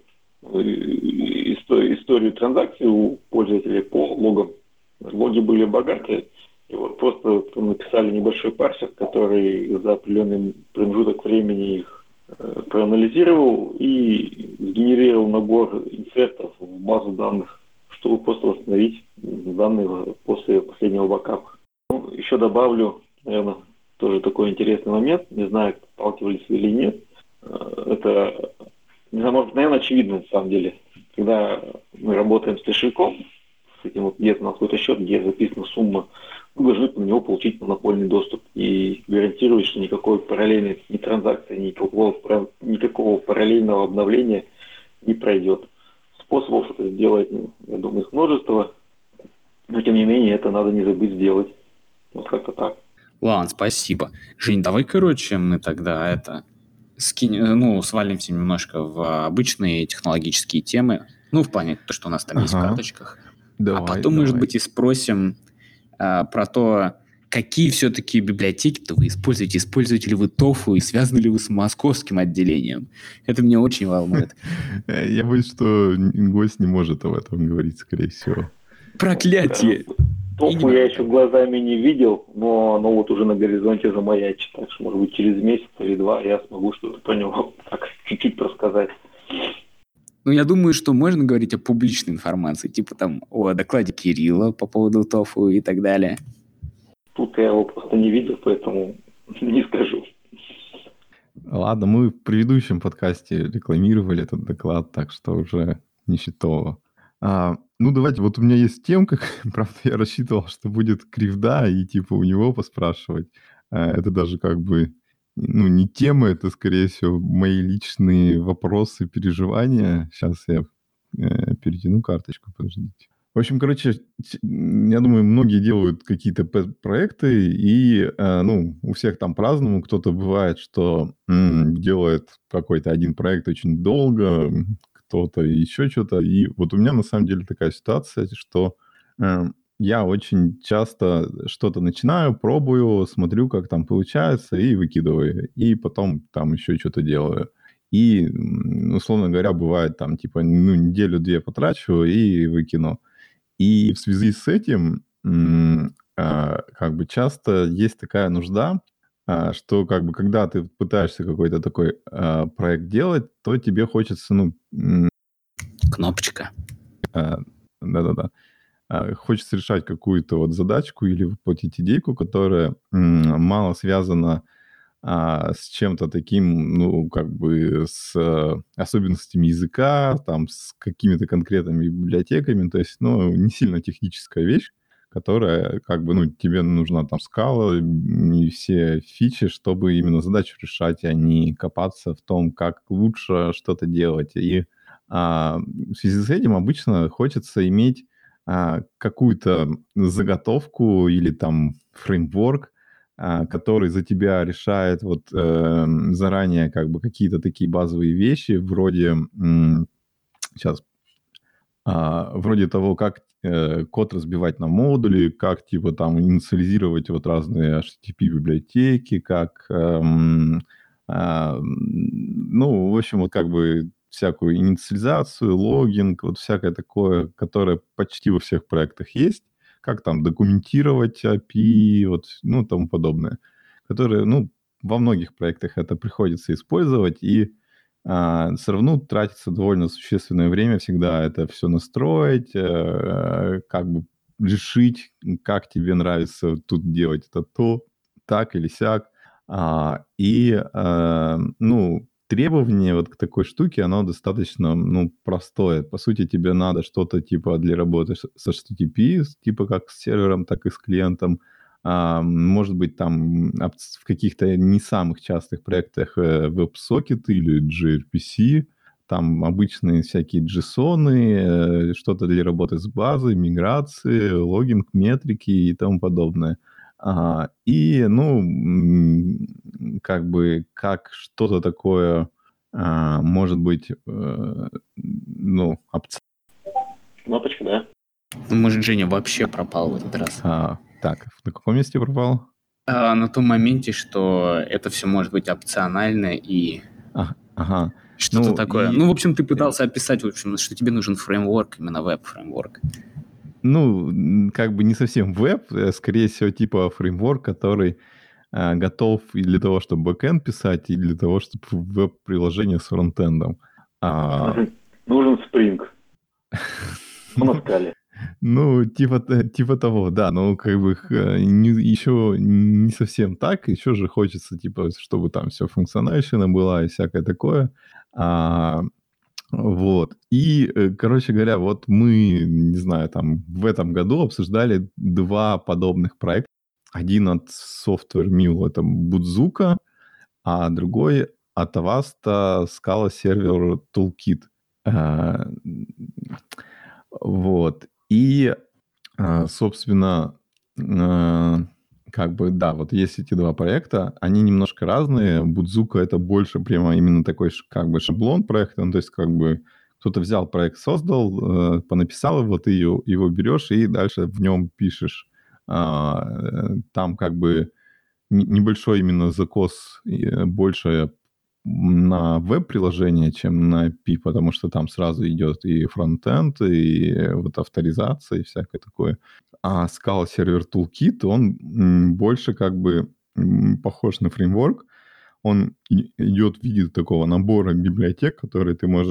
историю, историю транзакций у пользователей по логам. Логи были богатые, и вот просто написали небольшой парсер, который за определенный промежуток времени их э, проанализировал и сгенерировал набор инсертов в базу данных, чтобы просто восстановить данные после последнего бэкапа. Ну, еще добавлю, наверное, тоже такой интересный момент, не знаю, сталкивались вы или нет. Это, не знаю, может, наверное, очевидно на самом деле. Когда мы работаем с кошельком, с этим вот где-то на какой-то счет, где записана сумма, мы должны на него получить монопольный доступ и гарантировать, что никакой параллельной ни транзакции, никакого, никакого параллельного обновления не пройдет. Способов это сделать, я думаю, их множество, но тем не менее это надо не забыть сделать. Вот как-то так. Ладно, спасибо. Жень, давай, короче, мы тогда это... Скинь, ну, свалимся немножко в обычные технологические темы. Ну, в плане то, что у нас там ага. есть в карточках. Давай, а потом, давай. может быть, и спросим а, про то, какие все-таки библиотеки-то вы используете. Используете ли вы тофу и связаны ли вы с московским отделением? Это меня очень волнует. Я боюсь, что гость не может об этом говорить, скорее всего. Проклятие! Тофу я еще глазами не видел, но оно вот уже на горизонте замаячит. Так что, может быть, через месяц или два я смогу что-то про него так чуть-чуть рассказать. Ну, я думаю, что можно говорить о публичной информации, типа там о докладе Кирилла по поводу тофу и так далее. Тут я его просто не видел, поэтому не скажу. Ладно, мы в предыдущем подкасте рекламировали этот доклад, так что уже ничтово. А, ну, давайте, вот у меня есть темка, правда, я рассчитывал, что будет Кривда, и типа у него поспрашивать. А, это даже как бы, ну, не тема, это, скорее всего, мои личные вопросы, переживания. Сейчас я э, перетяну карточку, подождите. В общем, короче, ч- я думаю, многие делают какие-то п- проекты, и, э, ну, у всех там по-разному. Кто-то бывает, что м, делает какой-то один проект очень долго, м, кто-то еще что-то. И вот у меня на самом деле такая ситуация, что э, я очень часто что-то начинаю, пробую, смотрю, как там получается, и выкидываю. И потом там еще что-то делаю. И, м, условно говоря, бывает там, типа, ну, неделю-две потрачу и выкину. И в связи с этим, м, а, как бы часто есть такая нужда, а, что как бы когда ты пытаешься какой-то такой а, проект делать, то тебе хочется, ну, м, Кнопочка. а, да-да-да, а, хочется решать какую-то вот задачку или воплотить идейку, которая м, мало связана а, с чем-то таким, ну, как бы с э, особенностями языка, там, с какими-то конкретными библиотеками, то есть, ну, не сильно техническая вещь, которая, как бы, ну, тебе нужна там скала и все фичи, чтобы именно задачу решать, а не копаться в том, как лучше что-то делать. И а, в связи с этим обычно хочется иметь а, какую-то заготовку или там фреймворк, а, который за тебя решает вот э, заранее как бы какие-то такие базовые вещи, вроде м, сейчас а, вроде того, как э, код разбивать на модули, как типа там инициализировать вот разные эйч ти ти пи-библиотеки, как, эм, а, ну, в общем, вот как бы всякую инициализацию, логинг, вот всякое такое, которое почти во всех проектах есть, как там документировать эй пи ай, вот, ну, тому подобное, которые, ну, во многих проектах это приходится использовать, и а, все равно тратится довольно существенное время всегда это все настроить, э, как бы решить, как тебе нравится тут делать это то, так или сяк. А, и, а, ну, требование вот к такой штуке, оно достаточно, ну, простое. По сути, тебе надо что-то типа для работы с с эйч ти ти пи, с- типа как с сервером, так и с клиентом. А, может быть, там опц- в каких-то не самых частых проектах э, WebSocket или джей ар пи си, там обычные всякие JSON, э, что-то для работы с базой, миграции, логинг, метрики и тому подобное. А, и, ну, м, как бы, как что-то такое, а, может быть, э, ну, опционально. Кнопочка, да? Ну, может, Женя вообще пропал в этот раз. А, так, на каком месте пропал? А, на том моменте, что это все может быть опционально и А, ага. что-то Ну, такое. и Ну, в общем, ты пытался описать, в общем, что тебе нужен фреймворк, именно веб-фреймворк. Ну, м, как бы не совсем веб, э, скорее всего, типа фреймворк, который а, готов и для того, чтобы бэкэнд писать, и для того, чтобы веб-приложение с фронтендом. А, Нужен Spring. Ну, на скале. ну, типа, т- типа того, да, но как бы х- не- еще не совсем так, еще же хочется, типа, чтобы там все функциональщина была и всякое такое. А, вот. И, э, короче говоря, вот мы, не знаю, там в этом году обсуждали два подобных проекта. Один от Software Mill, это Budzuka, а другой от Avast Scala Server Toolkit. А, Вот. И, а, собственно, а, как бы, да, вот есть эти два проекта, они немножко разные. Будзука — это больше прямо именно такой ш- как бы шаблон проекта, ну, то есть как бы кто-то взял проект, создал, э, понаписал его, ты его, его берешь и дальше в нем пишешь. А, э, Там как бы н- небольшой именно закос, и, э, больше на веб-приложение, чем на эй пи ай, потому что там сразу идет и фронтенд, и э, вот авторизация, и всякое такое. А Scala Server Toolkit, он м, больше как бы м, похож на фреймворк. Он и- идет в виде такого набора библиотек, которые ты можешь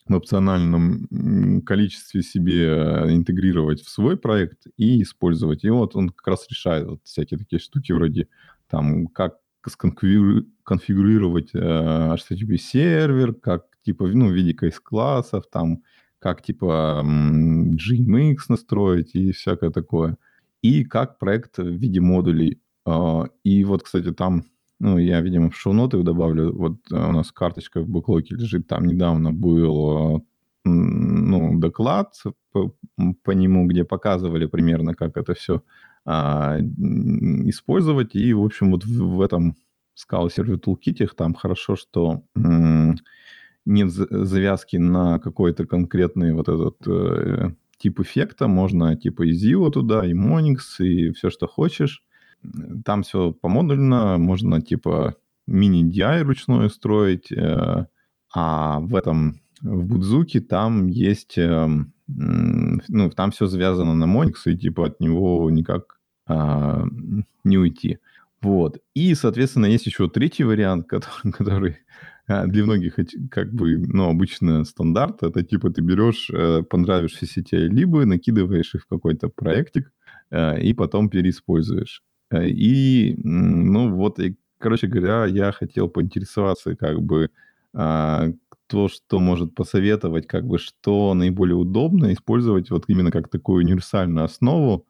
в опциональном количестве себе интегрировать в свой проект и использовать. И вот он как раз решает вот всякие такие штуки вроде там, как конфигурировать эйч ти ти пи сервер, как типа, ну, в виде кейс-классов, там, как типа джи эм икс настроить и всякое такое. И как проект в виде модулей. И вот, кстати, там, ну, я, видимо, в шоу-ноты добавлю, вот у нас карточка в бэклоге лежит, там недавно был, ну, доклад по, по нему, где показывали примерно, как это все а, использовать. И, в общем, вот в, в этом Scala Server Toolkit там хорошо, что м- нет завязки на какой-то конкретный вот этот э, тип эффекта. Можно типа и Zio туда, и Monix, и все, что хочешь. Там все помодульно. Можно типа мини-ди ай ручной строить. Э, а в этом, в Будзуке там есть... Э, ну, там все завязано на Monix, и типа от него никак э, не уйти. Вот. И, соответственно, есть еще третий вариант, который, который для многих как бы, ну, обычно стандарт. Это типа ты берешь понравившиеся тебе либо накидываешь их в какой-то проектик и потом переиспользуешь. И, ну, вот, и, короче говоря, я хотел поинтересоваться, как бы, то, что может посоветовать, как бы, что наиболее удобно использовать вот именно как такую универсальную основу.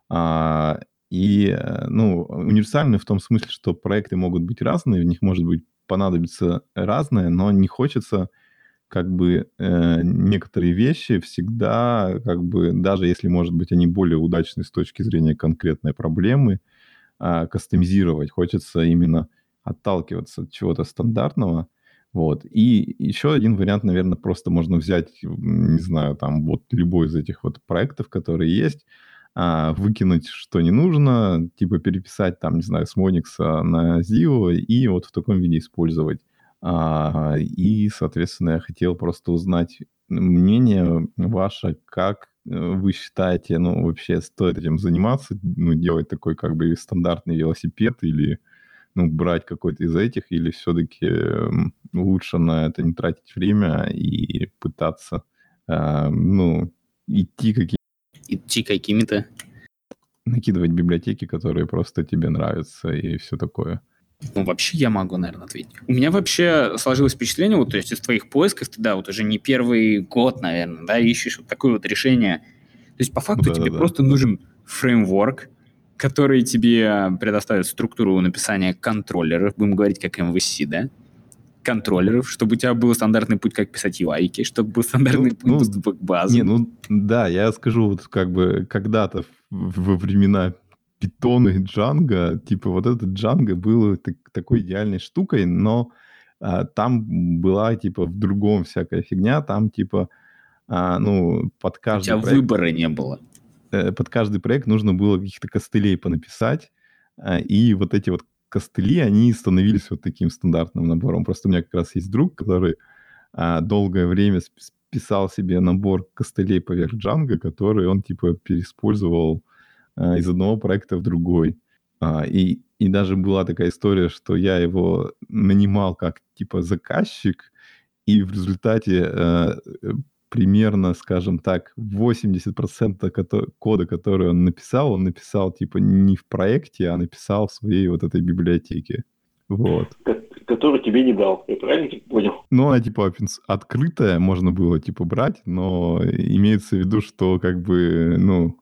И, ну, универсальны в том смысле, что проекты могут быть разные, в них может быть понадобится разное, но не хочется как бы э, некоторые вещи всегда, как бы, даже если, может быть, они более удачны с точки зрения конкретной проблемы, э, кастомизировать. Хочется именно отталкиваться от чего-то стандартного. Вот. И еще один вариант, наверное, просто можно взять, не знаю, там вот любой из этих вот проектов, которые есть, выкинуть, что не нужно, типа переписать там, не знаю, с Monix на Zio и вот в таком виде использовать. И, соответственно, я хотел просто узнать мнение ваше, как вы считаете, ну, вообще стоит этим заниматься, ну, делать такой как бы стандартный велосипед или, ну, брать какой-то из этих, или все-таки лучше на это не тратить время и пытаться, ну, идти какими-то идти какими-то... накидывать библиотеки, которые просто тебе нравятся и все такое. Ну, вообще я могу, наверное, ответить. У меня вообще сложилось впечатление, вот, то есть из твоих поисков ты, да, вот уже не первый год, наверное, да, ищешь вот такое вот решение. То есть по факту да, тебе да, просто да. нужен фреймворк, который тебе предоставит структуру написания контроллеров, будем говорить как эм ви си, да, контроллеров, чтобы у тебя был стандартный путь, как писать ю ай-ки, чтобы был стандартный ну, путь ну, доступа к базам. Не, ну, да, я скажу, вот как бы когда-то во времена Python и Django, типа вот этот Django был так, такой идеальной штукой, но а, там была типа в другом всякая фигня, там типа, а, ну, под каждый У тебя проект... выбора не было. Э, под каждый проект нужно было каких-то костылей понаписать, а, и вот эти вот костыли, они становились вот таким стандартным набором. Просто у меня как раз есть друг, который а, долгое время писал себе набор костылей поверх Django, который он типа переиспользовал а, из одного проекта в другой. А, и, и даже была такая история, что я его нанимал как типа заказчик, и в результате э, примерно, скажем так, восемьдесят процентов кода, который он написал, он написал типа не в проекте, а написал в своей вот этой библиотеке. Вот. Который тебе не дал, я правильно понял? Ну, она типа открытая, можно было типа брать, но имеется в виду, что как бы, ну,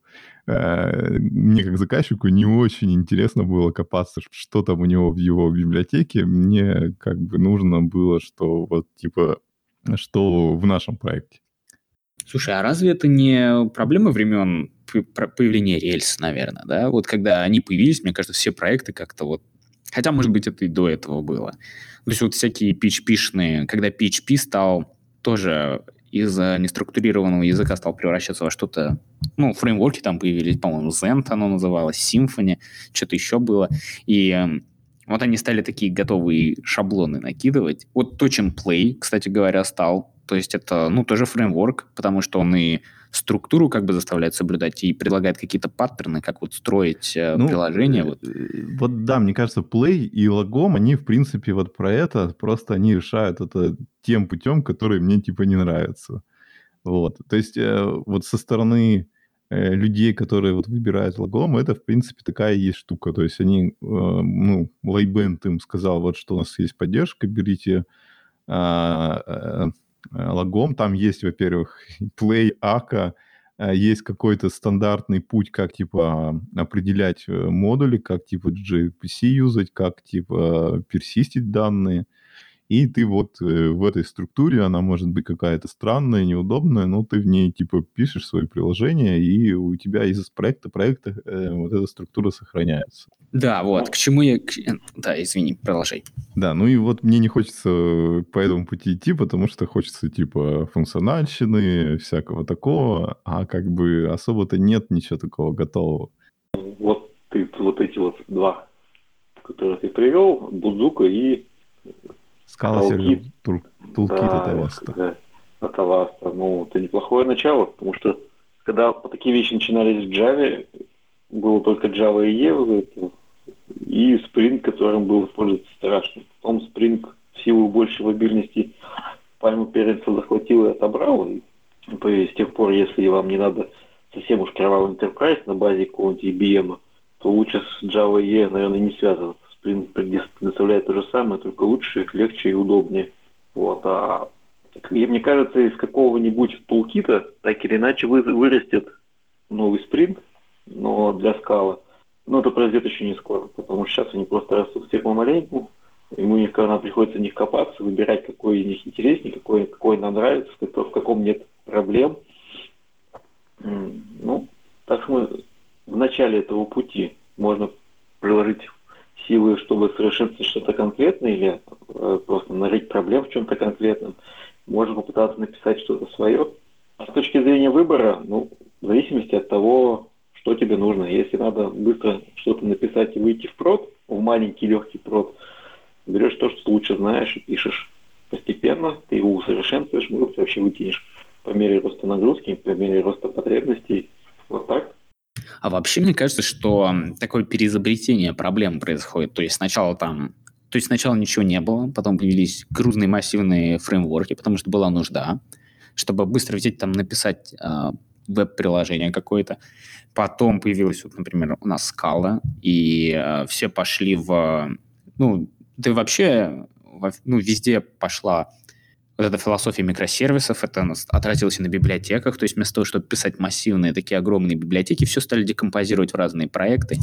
э, мне как заказчику не очень интересно было копаться, что там у него в его библиотеке. Мне как бы нужно было, что вот типа, что в нашем проекте. Слушай, а разве это не проблема времен появления рельс, наверное, да? Вот когда они появились, мне кажется, все проекты как-то вот... Хотя, может быть, это и до этого было. То есть вот всякие пи эйч пи-шные... Когда пи эйч пи стал тоже из-за неструктурированного языка стал превращаться во что-то... Ну, фреймворки там появились, по-моему, Zend оно называлось, Symfony, что-то еще было. И вот они стали такие готовые шаблоны накидывать. Вот то, чем Play, кстати говоря, стал... То есть это, ну, тоже фреймворк, потому что он и структуру как бы заставляет соблюдать и предлагает какие-то паттерны, как вот строить э, Ну, приложение. э, Вот. э, вот да, мне кажется, Play и Lagom, они, в принципе, вот про это, просто они решают это тем путем, который мне, типа, не нравится. Вот. То есть э, вот со стороны э, людей, которые вот выбирают Lagom, это, в принципе, такая есть штука. То есть они, э, ну, Lightband им сказал, вот что у нас есть поддержка, берите а, э, Lagom. Там есть, во-первых, Play, Aka, есть какой-то стандартный путь, как, типа, определять э, модули, как, типа, джей пи си юзать, как, типа, персистить данные. И ты вот э, в этой структуре, она может быть какая-то странная, неудобная, но ты в ней, типа, пишешь свое приложение, и у тебя из проекта проекта э, вот эта структура сохраняется. Да, вот, к чему я... Да, извини, продолжай. Да, ну и вот мне не хочется по этому пути идти, потому что хочется, типа, функциональщины, всякого такого, а как бы особо-то нет ничего такого готового. Вот ты вот эти вот два, которые ты привел, Будзука и Scala Server Toolkit от Avast. Да, от Avast. Ну, это неплохое начало, потому что когда такие вещи начинались в Java, было только Java и E, и Spring, которым был использоваться страшно. Потом Spring в силу большей лобильности пальму первенства захватил и отобрал. И, и с тех пор, если вам не надо совсем уж кровавый enterprise на базе какого-нибудь и би эм, то лучше с Java и E, наверное, не связываться. Spring предоставляет то же самое, только лучше, легче и удобнее. Вот. А и мне кажется, из какого-нибудь тулкита так или иначе вы, вырастет новый Spring, но для Scala. Но это произойдет еще не скоро, потому что сейчас они просто растут всех помаленьку. Ему никогда приходится в них копаться, выбирать, какой из них интереснее, какой, какой нам нравится, в каком нет проблем. Ну, так что мы в начале этого пути можно приложить силы, чтобы совершенствовать что-то конкретное или э, просто нажить проблем в чем-то конкретном. Можно попытаться написать что-то свое. А с точки зрения выбора, ну, в зависимости от того, что тебе нужно. Если надо быстро что-то написать и выйти в прод, в маленький легкий прод, берешь то, что ты лучше знаешь, и пишешь постепенно, ты его усовершенствуешь, может быть, вообще вытянешь по мере роста нагрузки, по мере роста потребностей. Вот так. А вообще, мне кажется, что такое переизобретение проблем происходит. То есть сначала там... То есть сначала ничего не было, потом появились грузные массивные фреймворки, потому что была нужда, чтобы быстро взять там, написать э, веб-приложение какое-то. Потом появилась, вот, например, у нас Scala, и э, все пошли в... Ну, да и вообще во, ну, везде пошла вот эта философия микросервисов, это отразилось и на библиотеках, то есть вместо того, чтобы писать массивные такие огромные библиотеки, все стали декомпозировать в разные проекты.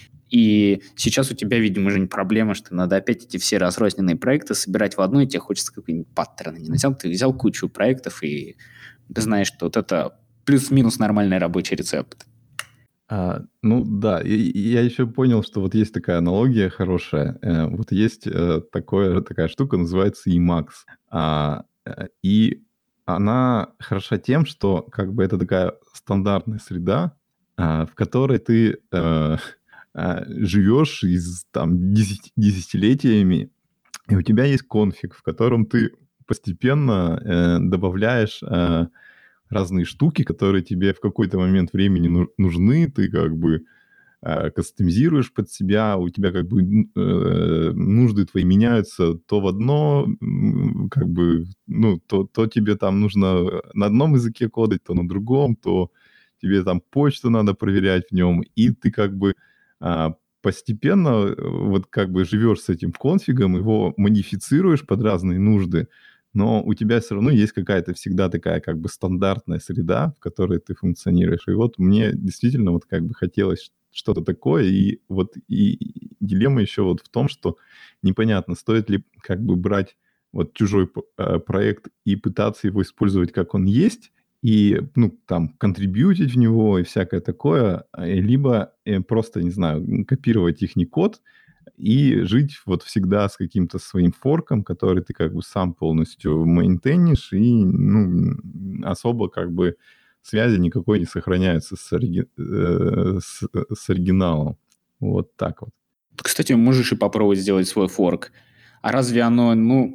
И сейчас у тебя, видимо, уже не проблема, что надо опять эти все разрозненные проекты собирать в одну, и тебе хочется какой-нибудь паттерн. Не взял, ты взял кучу проектов, и ты знаешь, что вот это плюс-минус нормальный рабочий рецепт. А, ну да, и, и я еще понял, что вот есть такая аналогия хорошая. Э, вот есть э, такое, такая штука, называется Emacs. А, э, и она хороша тем, что как бы это такая стандартная среда, а, в которой ты э, а, живешь из там десять, десятилетиями, и у тебя есть конфиг, в котором ты постепенно э, добавляешь... Э, разные штуки, которые тебе в какой-то момент времени ну- нужны, ты как бы э, кастомизируешь под себя, у тебя как бы э, нужды твои меняются то в одно, м, как бы, ну, то, то тебе там нужно на одном языке кодить, то на другом, то тебе там почту надо проверять в нем, и ты как бы а, постепенно э, вот как бы живешь с этим конфигом, его модифицируешь под разные нужды, но у тебя все равно есть какая-то всегда такая как бы стандартная среда, в которой ты функционируешь. И вот мне действительно вот как бы хотелось что-то такое, и вот и дилемма еще вот в том, что непонятно, стоит ли как бы брать вот чужой э, проект и пытаться его использовать как он есть, и, ну, там, контрибьютить в него и всякое такое, либо э, просто, не знаю, копировать их код, и жить вот всегда с каким-то своим форком, который ты как бы сам полностью мейнтейнишь, и ну, особо как бы связи никакой не сохраняется с, ориги... э, с, с оригиналом. Вот так вот. Кстати, можешь и попробовать сделать свой форк. А разве оно, ну,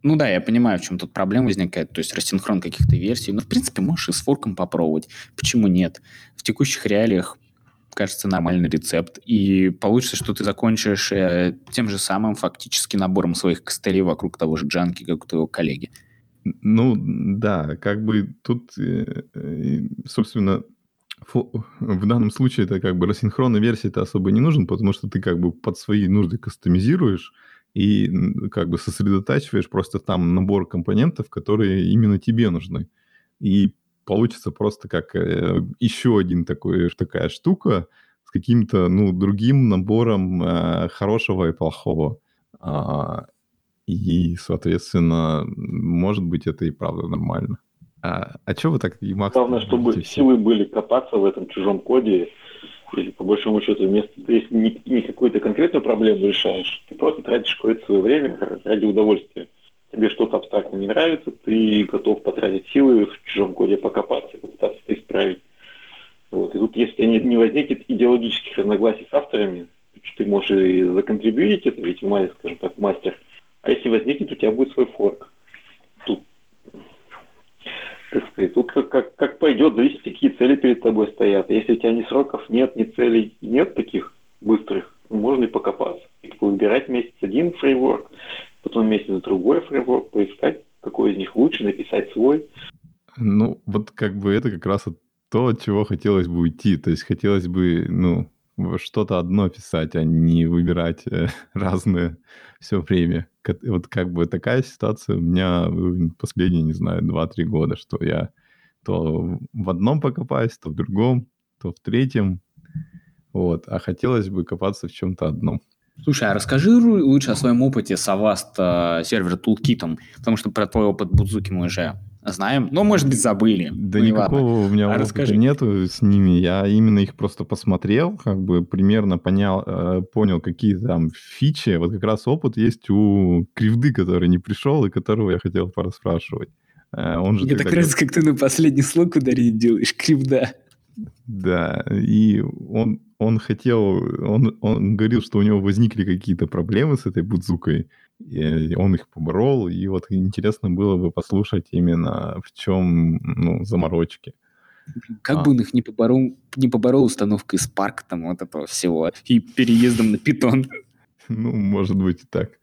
Ну да, я понимаю, в чем тут проблема возникает, то есть рассинхрон каких-то версий. Но, в принципе, можешь и с форком попробовать. Почему нет? В текущих реалиях, кажется, нормальный рецепт. И получится, что ты закончишь э, тем же самым фактически набором своих костылей вокруг того же Джанки, как у твоего коллеги. Ну, да, как бы тут, э, э, собственно, фо- в данном случае это как бы рассинхронной версии это особо не нужен, потому что ты как бы под свои нужды кастомизируешь и м, как бы сосредотачиваешь просто там набор компонентов, которые именно тебе нужны. И получится просто как э, еще один такой, такая штука с каким-то, ну, другим набором э, хорошего и плохого. А, и, соответственно, может быть, это и правда нормально. А, а что вы так, и Макс, Главное, чтобы говорите все? силы были копаться в этом чужом коде, или по большому счету, вместо если не, не какую-то конкретную проблему решаешь, ты просто тратишь какое-то свое время ради удовольствия. Тебе что-то абстрактно не нравится, ты готов потратить силы в чужом коде покопаться, попытаться это исправить. Вот. И тут, если не, не возникнет идеологических разногласий с авторами, ты можешь и законтрибьютить это, ведь Май, скажем так, мастер. А если возникнет, у тебя будет свой форк. Тут, так сказать, тут как, как, как пойдет, зависит, какие цели перед тобой стоят. Если у тебя ни сроков нет, ни целей нет таких быстрых, можно и покопаться. И выбирать месяц один фреймворк, потом месяц другой фреймворк, поискать, какой из них лучше, написать свой. Ну, вот как бы это как раз вот то, от чего хотелось бы уйти. То есть хотелось бы, ну, что-то одно писать, а не выбирать э, разные все время. Ка- Вот как бы такая ситуация у меня э, последние, не знаю, два-три года, что я то в одном покопаюсь, то в другом, то в третьем. Вот. А хотелось бы копаться в чем-то одном. Слушай, а расскажи ру- лучше о своем опыте с Avast э, сервер Toolkit, потому что про твой опыт Будзуки мы уже знаем, но, может быть, забыли. Да Ну и ладно. никакого у меня А опыта расскажи. нету с ними. Я именно их просто посмотрел, как бы примерно понял, э, понял, какие там фичи. Вот как раз опыт есть у Кривды, который не пришел и которого я хотел пораспрашивать. Э, Он же Мне так тогда... нравится, как ты на последний слог ударение делаешь. Кривда. Да, и он, он хотел, он, он говорил, что у него возникли какие-то проблемы с этой Будзукой, и он их поборол, и вот интересно было бы послушать именно в чем, ну, заморочки. Как А, бы он их не поборол, не поборол установкой Spark, там вот этого всего, и переездом на Python. ну, может быть и так.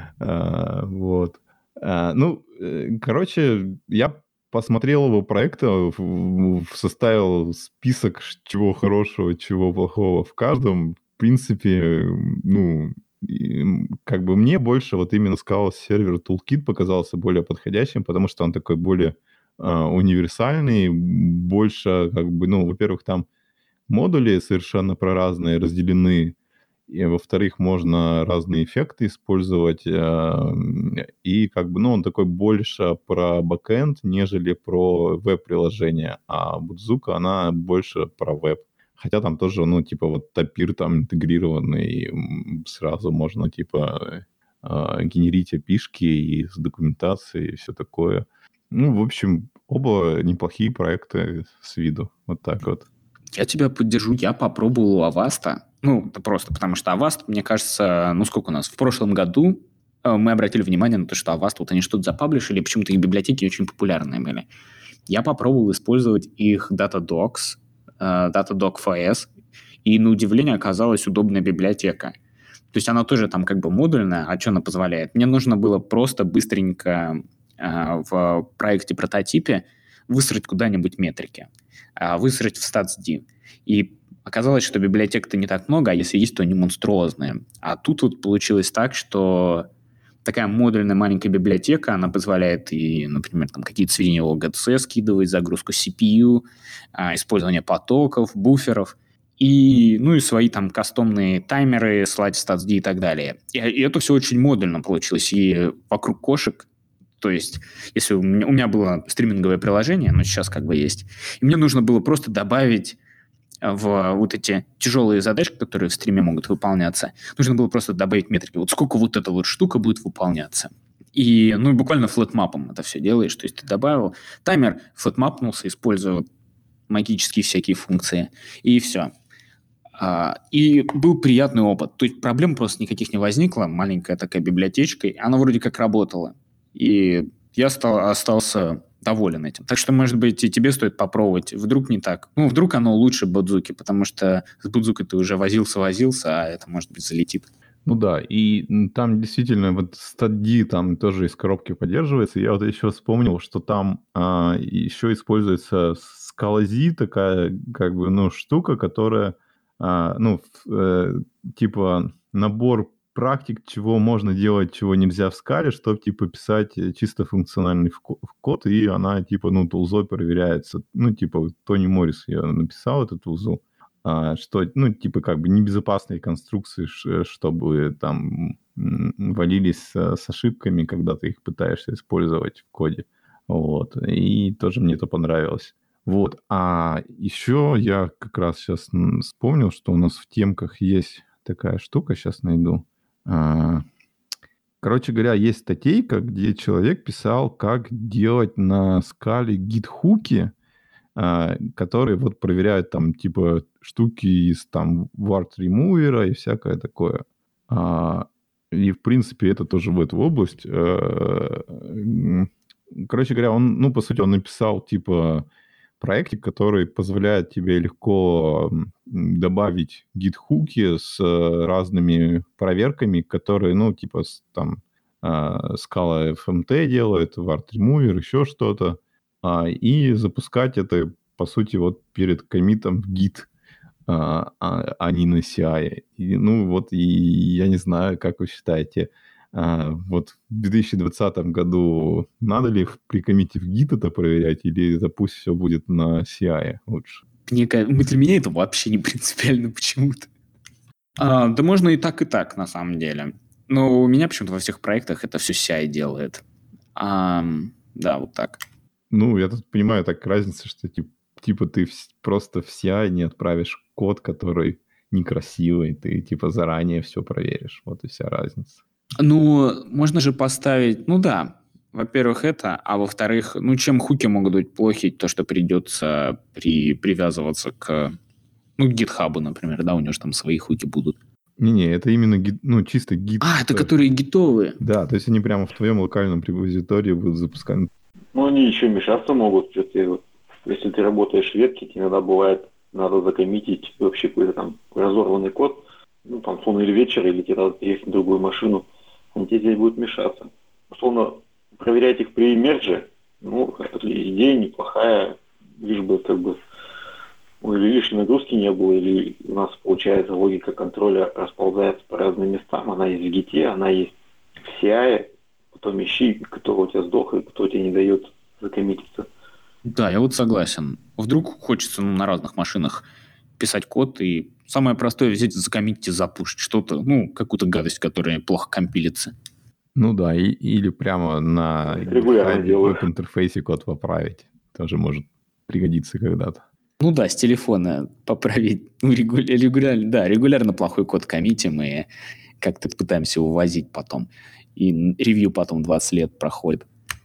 А, вот. А, ну, э, короче, я посмотрел его проекта, в- в- составил список, ш- чего хорошего, чего плохого в каждом. В принципе, ну, и, м, как бы мне больше вот именно Scala сервер Toolkit показался более подходящим, потому что он такой более а, универсальный, больше, как бы, ну, во-первых, там модули совершенно проразные разделены, и, во-вторых, можно разные эффекты использовать. э, И как бы, ну, он такой больше про бэкэнд, нежели про веб-приложение. А Будзука, она больше про веб. Хотя там тоже, ну, типа вот тапир там интегрированный, и м, сразу можно, типа, э, генерить опишки и с документацией, и все такое. Ну, в общем, оба неплохие проекты с виду. Вот так вот. Я тебя поддержу, я попробовал Avast. Ну, это просто потому что Avast, мне кажется, ну сколько у нас? В прошлом году э, мы обратили внимание на то, что Avast, вот они что-то запаблишили, почему-то их библиотеки очень популярные были. Я попробовал использовать их Datadogs, э, Datadog.fs, и на удивление оказалась удобная библиотека. То есть она тоже там как бы модульная, а что она позволяет? Мне нужно было просто быстренько э, в проекте-прототипе выстроить куда-нибудь метрики, э, выстроить в StatsD. И оказалось, что библиотек-то не так много, а если есть, то они монструозные. А тут вот получилось так, что такая модульная маленькая библиотека, она позволяет и, например, там какие-то сведения о джи си скидывать, загрузку си пи ю, а, использование потоков, буферов, и, ну, и свои там кастомные таймеры, слать в StatsD и так далее. И, и это все очень модульно получилось. И вокруг кошек, то есть, если у меня, у меня было стриминговое приложение, но сейчас как бы есть, и мне нужно было просто добавить в вот эти тяжелые задачки, которые в стриме могут выполняться, нужно было просто добавить метрики. Вот сколько вот эта вот штука будет выполняться. И, ну, буквально флетмапом это все делаешь. То есть ты добавил таймер, флетмапнулся, используя магические всякие функции, и все. А, и был приятный опыт. То есть проблем просто никаких не возникло. Маленькая такая библиотечка, и она вроде как работала. И я стал, остался доволен этим. Так что, может быть, и тебе стоит попробовать. Вдруг не так. Ну, вдруг оно лучше Будзуки, потому что с Будзукой ты уже возился-возился, а это, может быть, залетит. Ну да, и м, там действительно вот статди там тоже из коробки поддерживается. Я вот еще вспомнил, что там а, еще используется скалази, такая как бы, ну, штука, которая, а, ну, ф- э, типа набор практик, чего можно делать, чего нельзя в скале, чтобы, типа, писать э, чисто функциональный вко- в код, и она, типа, ну, тулзой проверяется. Ну, типа, вот Тони Моррис ее написал, эту тулзу. А, что, ну, типа, как бы небезопасные конструкции, ш- чтобы там м, валились с, с ошибками, когда ты их пытаешься использовать в коде. Вот. И тоже мне это понравилось. Вот. А еще я как раз сейчас м, вспомнил, что у нас в темках есть такая штука, сейчас найду. А, Короче говоря, есть статейка, где человек писал, как делать на скале гид-хуки, а, которые вот проверяют там типа штуки из там Word Remover и всякое такое. А, И, в принципе, это тоже в эту область. Э, м, Короче говоря, он, ну, по сути, он написал типа проектик, который позволяет тебе легко м, добавить гид-хуки с э, разными проверками, которые, ну, типа, с, там, а, Scala эф эм ти делает, Word Remover, еще что-то. А, и запускать это, по сути, вот перед коммитом в гит, а, а, а не на си ай. И, ну, вот, и я не знаю, как вы считаете, а, вот в две тысячи двадцатом году надо ли в- при коммите в гит это проверять, или это пусть все будет на си ай лучше? Мне, ка- для меня это вообще не принципиально почему-то. А, да можно и так, и так, на самом деле. Но у меня почему-то во всех проектах это все си ай делает. Ам, да, вот так. Ну, я тут понимаю, так разница, что тип- типа ты вс- просто в си ай не отправишь код, который некрасивый, ты типа заранее все проверишь. Вот и вся разница. Ну, можно же поставить, ну да, во-первых, это, а во-вторых, ну, чем хуки могут быть плохи, то, что придется при, привязываться к, ну, к гитхабу, например, да, у него же там свои хуки будут. Не-не, это именно гид, ну, чисто гид. А, это которые гитовые. Да, то есть они прямо в твоем локальном репозитории будут запускать. Ну, они еще мешаться могут. Что-то, вот, если ты работаешь в ветке, тебе иногда бывает, надо закоммитить вообще какой-то там разорванный код, ну, там, сон или вечер, или тебе надо переехать на другую машину, он тебе здесь будет мешаться. Условно, проверять их при мерже, ну, идея неплохая, лишь бы, как бы, ну, или лишней нагрузки не было, или у нас, получается, логика контроля расползается по разным местам. Она есть в гите, она есть в си ай, потом ищи, кто у тебя сдох и кто тебе не дает закоммититься. Да, я вот согласен. Вдруг хочется ну, на разных машинах писать код, и самое простое взять, закоммитить и запушить что-то, ну, какую-то гадость, которая плохо компилится. Ну да, и, или прямо на Я их регулярно GitHub в делаю. веб-интерфейсе код поправить. Тоже может пригодиться когда-то. Ну да, с телефона поправить. Ну, регу- регулярно, да, регулярно плохой код коммитим и как-то пытаемся его возить потом. И н- ревью потом двадцать лет проходит.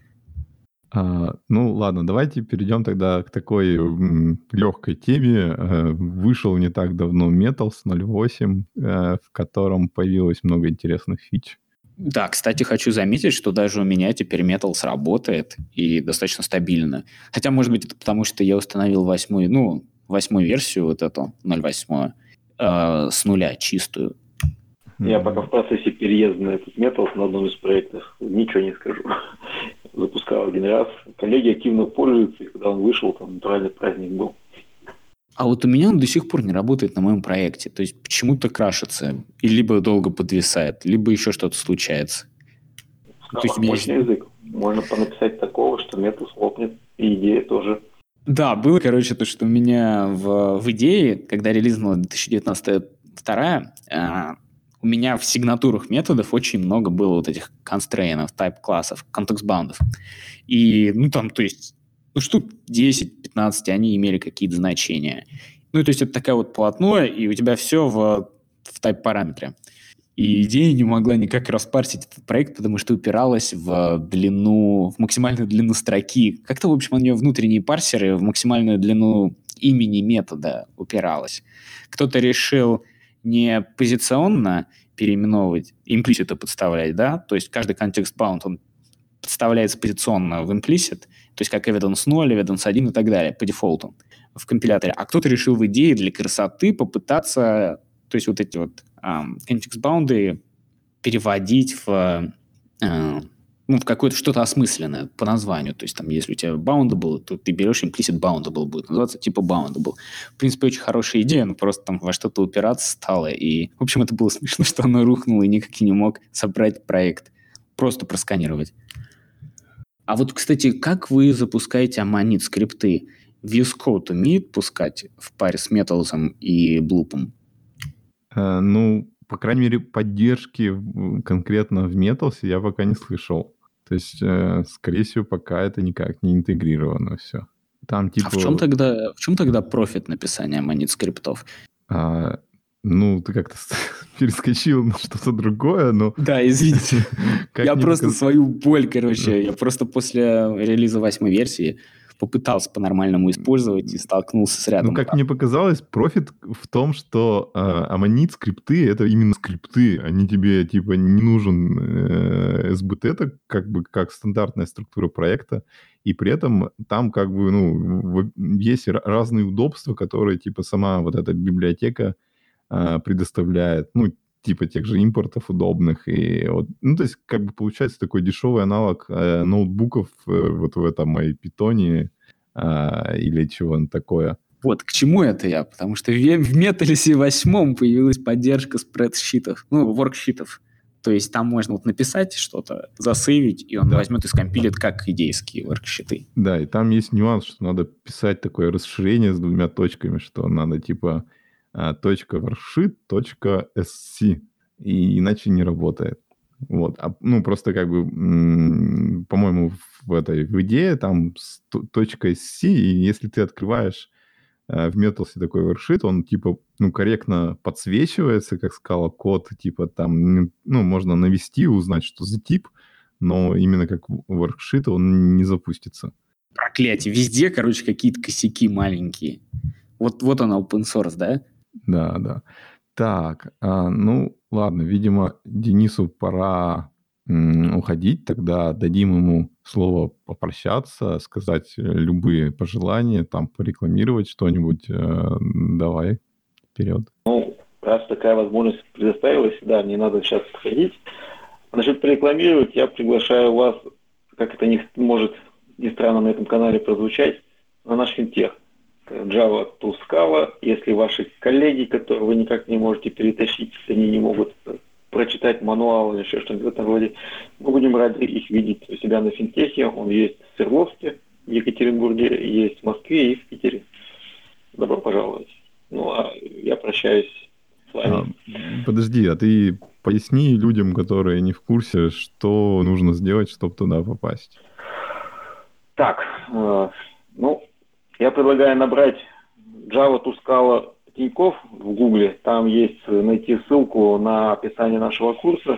А, ну ладно, давайте перейдем тогда к такой м, легкой теме. Э, Вышел не так давно Metals ноль восемь, э, в котором появилось много интересных фич. Да, кстати, хочу заметить, что даже у меня теперь Metals работает и достаточно стабильно. Хотя, может быть, это потому, что я установил восьмую, ну, восьмую версию, вот эту, ноль восемь, э, с нуля, чистую. Я пока в процессе переезда на этот метал на одном из проектов, ничего не скажу. Запускал один раз. Коллеги активно пользуются, и когда он вышел, там натуральный праздник был. А вот у меня он до сих пор не работает на моем проекте. То есть почему-то крашится. И либо долго подвисает, либо еще что-то случается. Ну, то есть у Scala меня мощный есть... язык. Можно понаписать такого, что метал лопнет. И идея тоже. Да, было, короче, то, что у меня в, в идее, когда релизнула две тысячи девятнадцатая вторая, а, у меня в сигнатурах методов очень много было вот этих констрейнов, тайп-классов, контекст-баундов. И, ну, там, то есть, ну, штук десять-пятнадцать они имели какие-то значения. Ну, то есть, это такое вот полотно, и у тебя все в, в тайп-параметре. И идея не могла никак распарсить этот проект, потому что упиралась в длину, в максимальную длину строки. Как-то, в общем, у нее внутренние парсеры в максимальную длину имени метода упиралась. Кто-то решил не позиционно переименовывать, имплисито подставлять, да, то есть каждый контекст-баунд, он вставляется позиционно в implicit, то есть как evidence ноль, evidence один и так далее, по дефолту в компиляторе. А кто-то решил в идее для красоты попытаться, то есть вот эти вот um, context-bounds переводить в, uh, ну, в какое-то что-то осмысленное по названию. То есть там, если у тебя boundable, то ты берешь implicit boundable, будет называться типа boundable. В принципе, очень хорошая идея, но просто там во что-то упираться стало. И, в общем, это было смешно, что оно рухнуло и никак не мог собрать проект. Просто просканировать. А вот, кстати, как вы запускаете Ammonit скрипты? ви эс Code умеет пускать в паре с Metals и Bloop? Uh, ну, по крайней мере, поддержки конкретно в Metals я пока не слышал. То есть, э, скорее всего, пока это никак не интегрировано все. Там типа... А в чем тогда, в чем тогда профит написания Ammonit скриптов? А, ну, ты как-то перескочил на что-то другое, но... Да, извините. Я просто свою боль, короче, я просто после релиза восьмой версии попытался по-нормальному использовать и столкнулся с рядом. Ну, как мне показалось, профит в том, что э, Ammonit скрипты — это именно скрипты. Они тебе, типа, не нужен э, эс би ти, это как бы как стандартная структура проекта, и при этом там как бы, ну, есть разные удобства, которые, типа, сама вот эта библиотека э, предоставляет. Ну, типа тех же импортов удобных. И вот, ну, то есть, как бы получается такой дешевый аналог э, ноутбуков э, вот в этом моей питоне э, или чего-нибудь такое. Вот, к чему это я? Потому что в, в Металлисе восьмом появилась поддержка спредшитов, ну, воркшитов. То есть там можно вот написать что-то, засейвить, и он да. возьмет и скомпилит как идейские воркшиты. Да, и там есть нюанс, что надо писать такое расширение с двумя точками, что надо типа точка worksheet, точка sc, и иначе не работает. Вот. А, ну, просто как бы, м- по-моему, в этой в идее там точка sc, и если ты открываешь э, в Metals такой worksheet, он типа, ну, корректно подсвечивается, как скала код, типа там, ну, можно навести и узнать, что за тип, но именно как worksheet он не запустится. Проклятие. Везде, короче, какие-то косяки маленькие. Вот, вот он open source, да? Да, да. Так, а, ну, ладно, видимо, Денису пора м, уходить, тогда дадим ему слово попрощаться, сказать любые пожелания, там, порекламировать что-нибудь. Э, давай, вперед. Ну, раз такая возможность предоставилась, да, не надо сейчас отходить. Насчет порекламировать, я приглашаю вас, как это не может не странно на этом канале прозвучать, на наш финтех. Java to Scala. Если ваши коллеги, которые вы никак не можете перетащить, они не могут прочитать мануал или еще что-нибудь в этом роде, мы будем рады их видеть у себя на финтехе. Он есть в Свердловске, в Екатеринбурге, есть в Москве и в Питере. Добро пожаловать. Ну, а я прощаюсь с вами. А, подожди, а ты поясни людям, которые не в курсе, что нужно сделать, чтобы туда попасть. Так, э, ну, я предлагаю набрать Java to Scala Тинькофф в Гугле. Там есть, найти ссылку на описание нашего курса.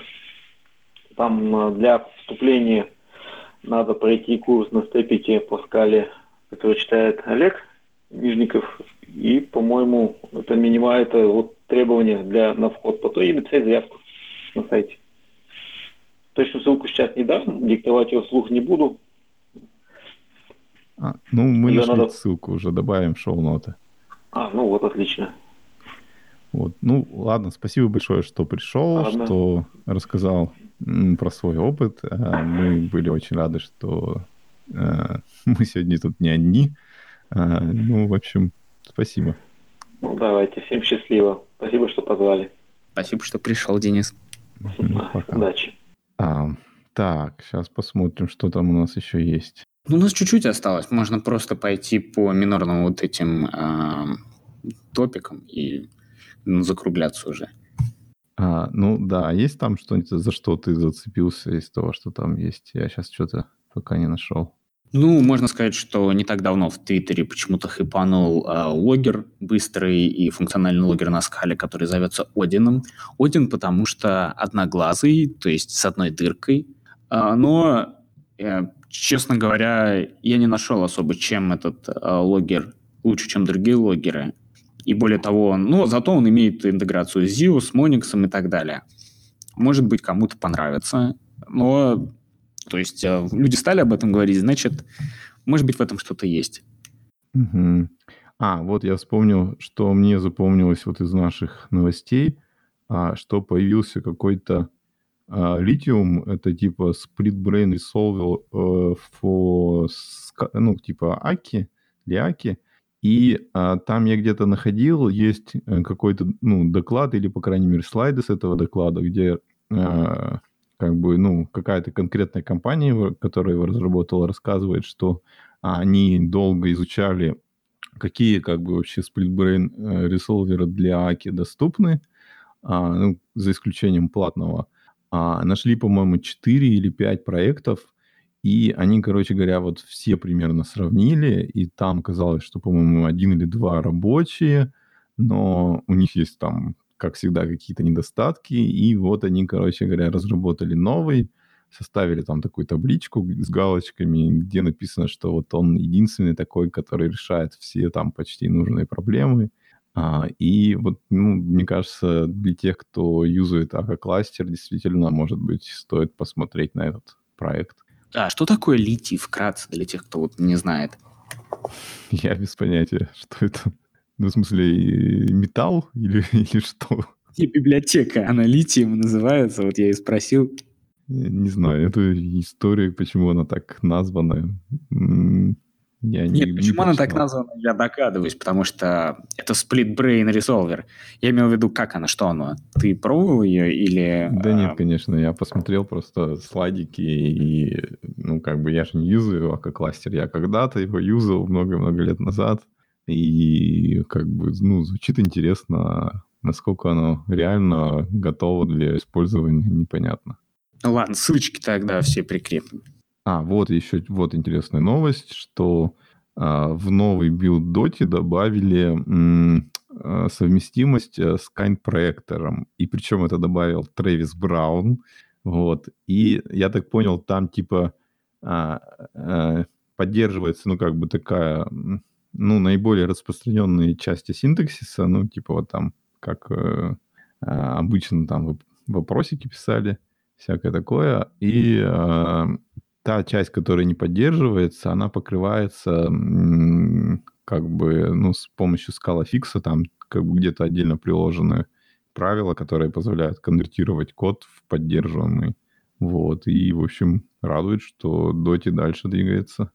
Там для вступления надо пройти курс на степике по скале, который читает Олег Нижников. И, по-моему, это минимальное, это вот требование для, на вход по той и написать заявку на сайте. Точную ссылку сейчас не дам, диктовать ее вслух не буду. А, ну, мы Ее нашли надо... ссылку уже, добавим в шоу-ноты. А, ну вот, отлично. Вот. Ну, ладно, спасибо большое, что пришел, ладно. Что рассказал м, про свой опыт. А, мы были очень рады, что а, мы сегодня тут не одни. А, ну, в общем, спасибо. Ну, давайте, всем счастливо. Спасибо, что позвали. Спасибо, что пришел, Денис. Пока. Удачи. А, так, сейчас посмотрим, что там у нас еще есть. Ну, у нас чуть-чуть осталось. Можно просто пойти по минорным вот этим э, топикам и ну, закругляться уже. А, ну да, есть там что-нибудь, за что ты зацепился из того, что там есть? Я сейчас что-то пока не нашел. Ну, можно сказать, что не так давно в Твиттере почему-то хайпанул э, логер быстрый и функциональный логер на скале, который зовется Одином. Один, потому что одноглазый, то есть с одной дыркой, э, но... Э, Честно говоря, я не нашел особо, чем этот э, логер лучше, чем другие логеры. И более того, ну, зато он имеет интеграцию с Zio, с Monix и так далее. Может быть, кому-то понравится. Но То есть э, люди стали об этом говорить, значит, может быть, в этом что-то есть. Мгм. А, вот я вспомнил, что мне запомнилось вот из наших новостей, а, что появился какой-то а, литиум, это типа split brain resolver э, for, ска- ну, типа Аки, для Аки. И а, там я где-то находил, есть э, какой-то, ну, доклад или, по крайней мере, слайды с этого доклада, где а, как бы, ну, какая-то конкретная компания, его- которая его разработала, рассказывает, что они долго изучали, какие как бы вообще split-brain э, ресолверы для Аки доступны, а, ну, за исключением платного. А, нашли, по-моему, четыре или пять проектов, и они, короче говоря, вот все примерно сравнили, и там казалось, что, по-моему, один или два рабочие, но у них есть там, как всегда, какие-то недостатки, и вот они, короче говоря, разработали новый, составили там такую табличку с галочками, где написано, что вот он единственный такой, который решает все там почти нужные проблемы. А, и вот, ну, мне кажется, для тех, кто юзает Aka-кластер, действительно, может быть, стоит посмотреть на этот проект. А что такое литий вкратце для тех, кто вот не знает? Я без понятия, что это. Ну, в смысле, и металл или, или что? И библиотека, она литием называется, вот я и спросил. Не знаю, эту историю, почему она так названа, м, я не, Нет, не почему она так прочитал. названа, я догадываюсь, потому что это split brain resolver. Я имел в виду, как она, что она? Ты пробовал ее или... Да нет, а, конечно, я посмотрел просто слайдики, и, ну, как бы я же не юзаю Aka-кластер, я когда-то его юзал много-много лет назад, и как бы, ну, звучит интересно, насколько оно реально готово для использования, непонятно. Ну ладно, ссылочки тогда все прикрепим. А, вот еще вот интересная новость, что а, в новый билд Доти добавили м, а, совместимость э, с Kind-проектором. И причем это добавил Трэвис Браун. Вот. И я так понял, там типа а, а, поддерживается, ну, как бы такая, м, ну, наиболее распространенные части синтаксиса, ну, типа вот там, как э, а, обычно там воп- вопросики писали, всякое такое. И а, та часть, которая не поддерживается, она покрывается м, как бы, ну, с помощью скалафикса, там как бы где-то отдельно приложены правила, которые позволяют конвертировать код в поддерживаемый. Вот. И, в общем, радует, что Доти дальше двигается.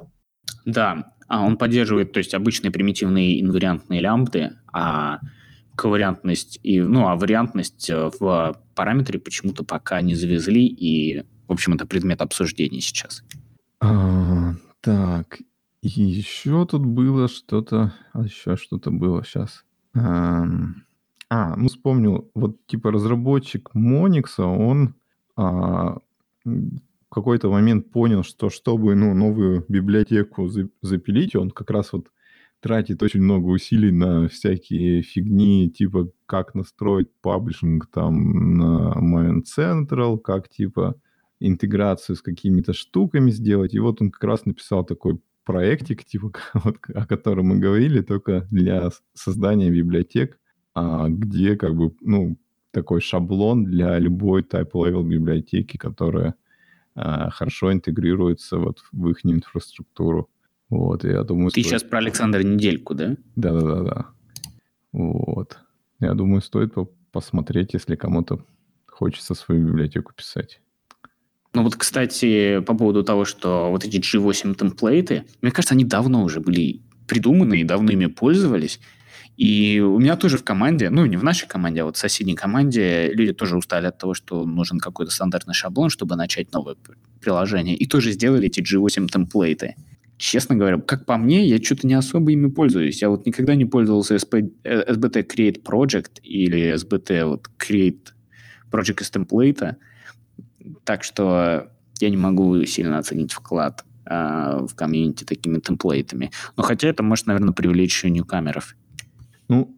Да, а он поддерживает, то есть, обычные примитивные инвариантные лямбды, а ковариантность и, ну, а вариантность э, в параметре почему-то пока не завезли, и, в общем, это предмет обсуждения сейчас. А, так, и еще тут было что-то, а еще что-то было сейчас. Ам, А, ну вспомнил, вот типа разработчик Моникса, он а, м, в какой-то момент понял, что чтобы, ну, новую библиотеку за- запилить, он как раз вот тратит очень много усилий на всякие фигни, типа как настроить паблишинг там на Maven Central, как типа интеграцию с какими-то штуками сделать. И вот он как раз написал такой проектик, типа, вот, о котором мы говорили, только для с- создания библиотек, а, где как бы, ну, такой шаблон для любой type-level библиотеки, которая а, хорошо интегрируется вот в их инфраструктуру. Вот, и я думаю, Ты стоит... сейчас про Александра Недельку, да? Да-да-да-да. Вот. Я думаю, стоит по- посмотреть, если кому-то хочется свою библиотеку писать. Ну вот, кстати, по поводу того, что вот эти джи восемь темплейты, мне кажется, они давно уже были придуманы и давно ими пользовались. И у меня тоже в команде, ну не в нашей команде, а вот в соседней команде люди тоже устали от того, что нужен какой-то стандартный шаблон, чтобы начать новое п- приложение. И тоже сделали эти джи восемь темплейты. Честно говоря, как по мне, я что-то не особо ими пользуюсь. Я вот никогда не пользовался эс пи, э, эс би ти Create Project или эс би ти вот Create Project из темплейта. Так что я не могу сильно оценить вклад а, в комьюнити такими темплейтами. Но хотя это может, наверное, привлечь еще ньюкамеров. Ну,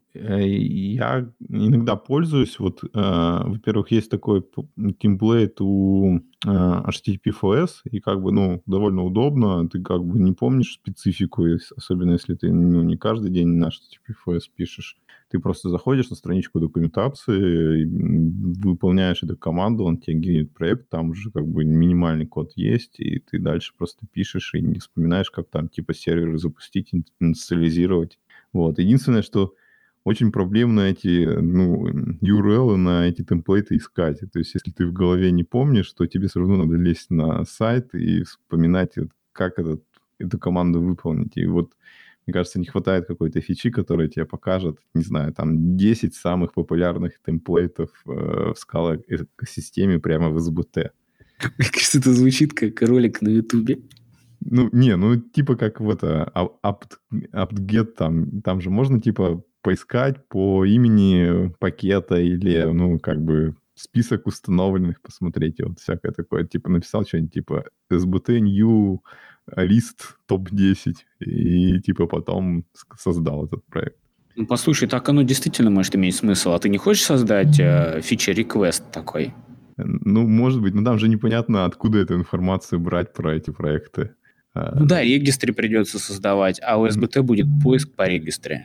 Э, Я иногда пользуюсь. Вот, э, во-первых, есть такой п- темплейт у э, эйч ти ти пи эф эс, и как бы, ну, довольно удобно. Ты как бы не помнишь специфику, ес- особенно если ты, ну, не каждый день на эйч ти ти пи эф эс пишешь. Ты просто заходишь на страничку документации, и, м, выполняешь эту команду, он тебе генерит проект, там уже как бы минимальный код есть, и ты дальше просто пишешь и не вспоминаешь, как там типа серверы запустить, ин- инициализировать. Вот. Единственное, что очень проблемно эти, ну, ю ар эл на эти темплейты искать. То есть, если ты в голове не помнишь, то тебе все равно надо лезть на сайт и вспоминать, вот как этот, эту команду выполнить. И вот, мне кажется, не хватает какой-то фичи, которая тебе покажет, не знаю, там десять самых популярных темплейтов э, в Scala экосистеме прямо в эс би ти. Мне кажется, это звучит как ролик на Ютубе. Ну, не, ну, типа как в это, а- apt, apt-get, там, там же можно, типа, поискать по имени пакета или, ну, как бы список установленных, посмотреть, и вот всякое такое. Типа написал что-нибудь, типа эс би ти new list топ десять, и, типа, потом с- создал этот проект. Ну, послушай, так оно действительно может иметь смысл. А ты не хочешь создать э, фичер-реквест такой? Ну, может быть, но там же непонятно, откуда эту информацию брать про эти проекты. Ну А, да, регистры придется создавать, а у эс би ти будет поиск по регистре.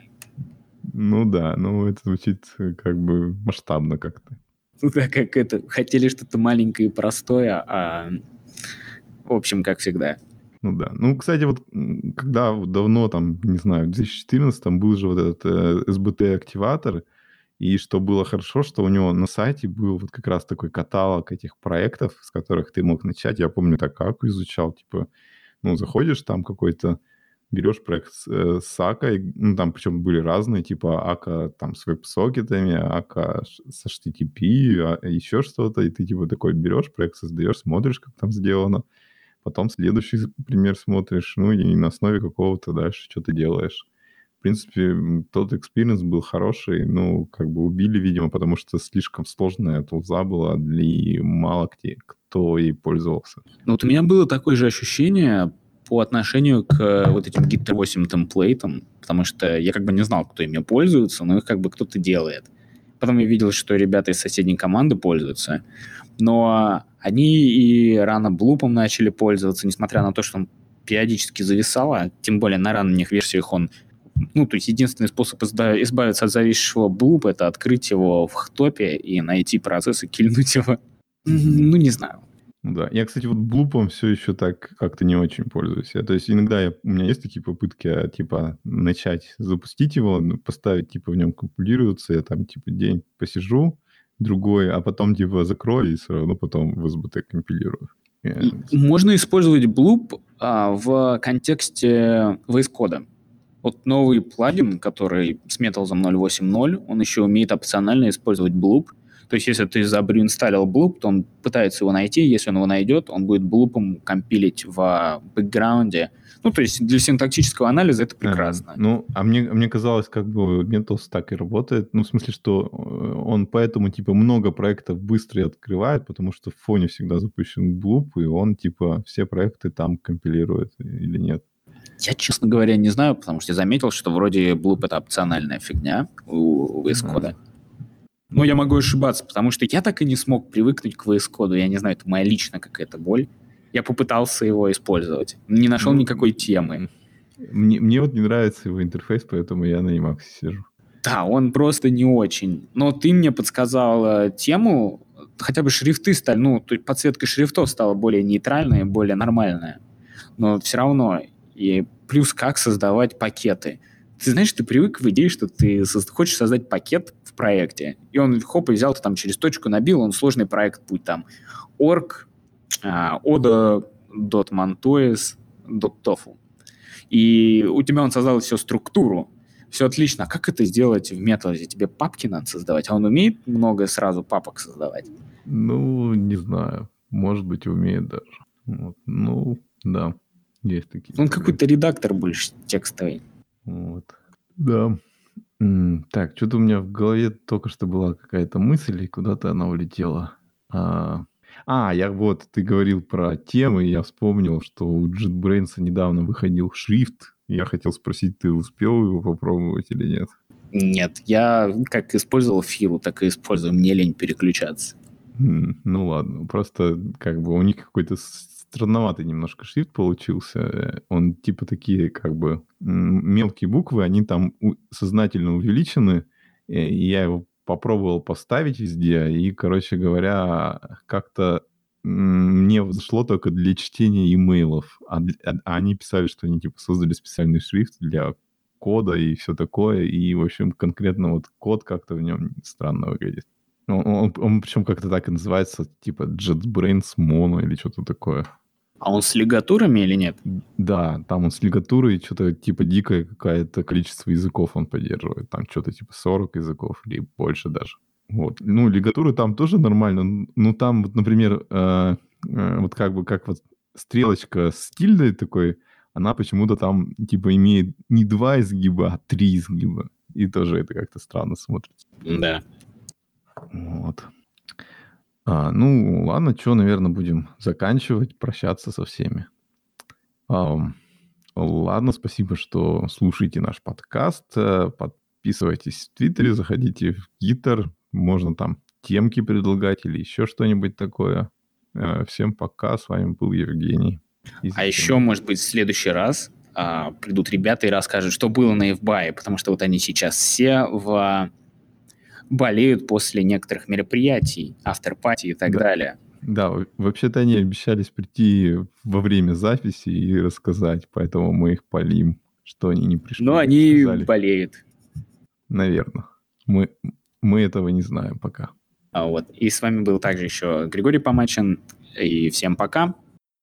Ну да, ну это звучит э, как бы масштабно как-то. Ну да, как это, хотели что-то маленькое и простое, а в общем, как всегда. Ну да. Ну, кстати, вот м, когда вот давно, там, не знаю, в две тысячи четырнадцатом был же вот этот э, эс би ти-активатор, и что было хорошо, что у него на сайте был вот как раз такой каталог этих проектов, с которых ты мог начать. Я помню, так Аку изучал, типа, ну, заходишь, там какой-то, берешь проект с, э, с Акой, ну, там причем были разные, типа Ака там с веб-сокетами, Ака ш- с эйч ти ти пи, а, еще что-то, и ты типа такой берешь проект, создаешь, смотришь, как там сделано, потом следующий пример смотришь, ну и на основе какого-то дальше что-то делаешь. В принципе, м, тот экспириенс был хороший, ну, как бы убили, видимо, потому что слишком сложная тулза была, и мало где, кто ей пользовался. Ну вот у меня было такое же ощущение по отношению к э, вот этим гит восемь темплейтам, потому что я как бы не знал, кто ими пользуется, но их как бы кто-то делает. Потом я видел, что ребята из соседней команды пользуются, но они и рано блупом начали пользоваться, несмотря на то, что он периодически зависал, а тем более на ранних версиях он... Ну, то есть единственный способ изда- избавиться от зависшего блупа — это открыть его в хтопе и найти процесс и кильнуть его. М, Ну, не знаю. Ну да. Я, кстати, вот блупом все еще так как-то не очень пользуюсь. Я, то есть иногда я, у меня есть такие попытки, а, типа, начать запустить его, ну, поставить, типа, в нем компилироваться, я там, типа, день посижу, другой, а потом, типа, закрою и все равно потом в эс би ти компилирую. Я- И можно использовать Bloop а, в контексте ви эс Code. Вот новый плагин, который с Metals'ом ноль восемь ноль, он еще умеет опционально использовать Bloop. То есть, если ты забрюинсталил Bloop, то он пытается его найти. Если он его найдет, он будет Bloop'ом компилить в бэкграунде. Ну, то есть, для синтаксического анализа это А, прекрасно. ну, а мне, мне казалось, как бы Mentos так и работает. Ну, в смысле, что э, он поэтому, типа, много проектов быстро и открывает, потому что в фоне всегда запущен Bloop, и он, типа, все проекты там компилирует или нет. Я, честно говоря, не знаю, потому что я заметил, что вроде Bloop — это опциональная фигня у ви эс Code. А, Но я могу ошибаться, потому что я так и не смог привыкнуть к ви эс Code. Я не знаю, это моя личная какая-то боль. Я попытался его использовать. Не нашел ну, никакой темы. Мне, мне вот не нравится его интерфейс, поэтому я на Emacs сижу. Да, он просто не очень. Но ты мне подсказал э, тему, хотя бы шрифты стали, ну, то есть подсветка шрифтов стала более нейтральная, более нормальная. Но все равно. И плюс как создавать пакеты. Ты знаешь, ты привык в идее, что ты соз- хочешь создать пакет в проекте, и он хоп, и взял, ты там через точку набил, он сложный проект, будь там org, а, odo.montois, .tofu. И у тебя он создал всю структуру, все отлично. А как это сделать в Metals'е? Тебе папки надо создавать, а он умеет много сразу папок создавать? Ну, не знаю. Может быть, умеет даже. Вот. Ну, да. Есть такие Он проблемы. какой-то редактор больше текстовый. Вот. Да. М, Так, что-то у меня в голове только что была какая-то мысль, и куда-то она улетела. А, а, я вот, ты говорил про темы, и я вспомнил, что у JetBrains недавно выходил шрифт. Я хотел спросить, ты успел его попробовать или нет? Нет, я как использовал Фиру, так и использую. Мне лень переключаться. М, Ну ладно, просто как бы у них какой-то с- странноватый немножко шрифт получился. Э, Он типа такие как бы м, мелкие буквы, они там у- сознательно увеличены. э, И я его попробовал поставить везде, и, короче говоря, как-то м, мне взошло только для чтения имейлов. А, для- а- а они писали, что они типа создали специальный шрифт для кода и все такое. И, в общем, конкретно вот код как-то в нем странно выглядит. Ну, Он, он, он причем как-то так и называется, типа JetBrains Mono или что-то такое. А он с лигатурами или нет? Да, там он с лигатурой что-то типа дикое какое-то количество языков он поддерживает. Там что-то типа сорок языков или больше даже. Вот. Ну, лигатуры там тоже нормально. н- Ну, там, вот, например, э, э, вот как бы как вот стрелочка с тильдой такой, она почему-то там типа имеет не два изгиба, а три изгиба. И тоже это как-то странно смотрится. Да. Вот. А, ну, ладно, что, наверное, будем заканчивать, прощаться со всеми. Ам, ладно, спасибо, что слушаете наш подкаст. Э, Подписывайтесь в Твиттере, заходите в Гиттер. Можно там темки предлагать или еще что-нибудь такое. Э, Всем пока. С вами был Евгений. из А еще, Земли. может быть, в следующий раз а, придут ребята и расскажут, что было на эф би ай, потому что вот они сейчас все в... болеют после некоторых мероприятий, автор-пати и так Да, далее. да, во- вообще-то они обещались прийти во время записи и рассказать, поэтому мы их полим, что они не пришли. Но они Сказали, болеют. наверное. Мы, мы этого не знаем пока. А вот. И с вами был также еще Григорий Помачин. И всем пока.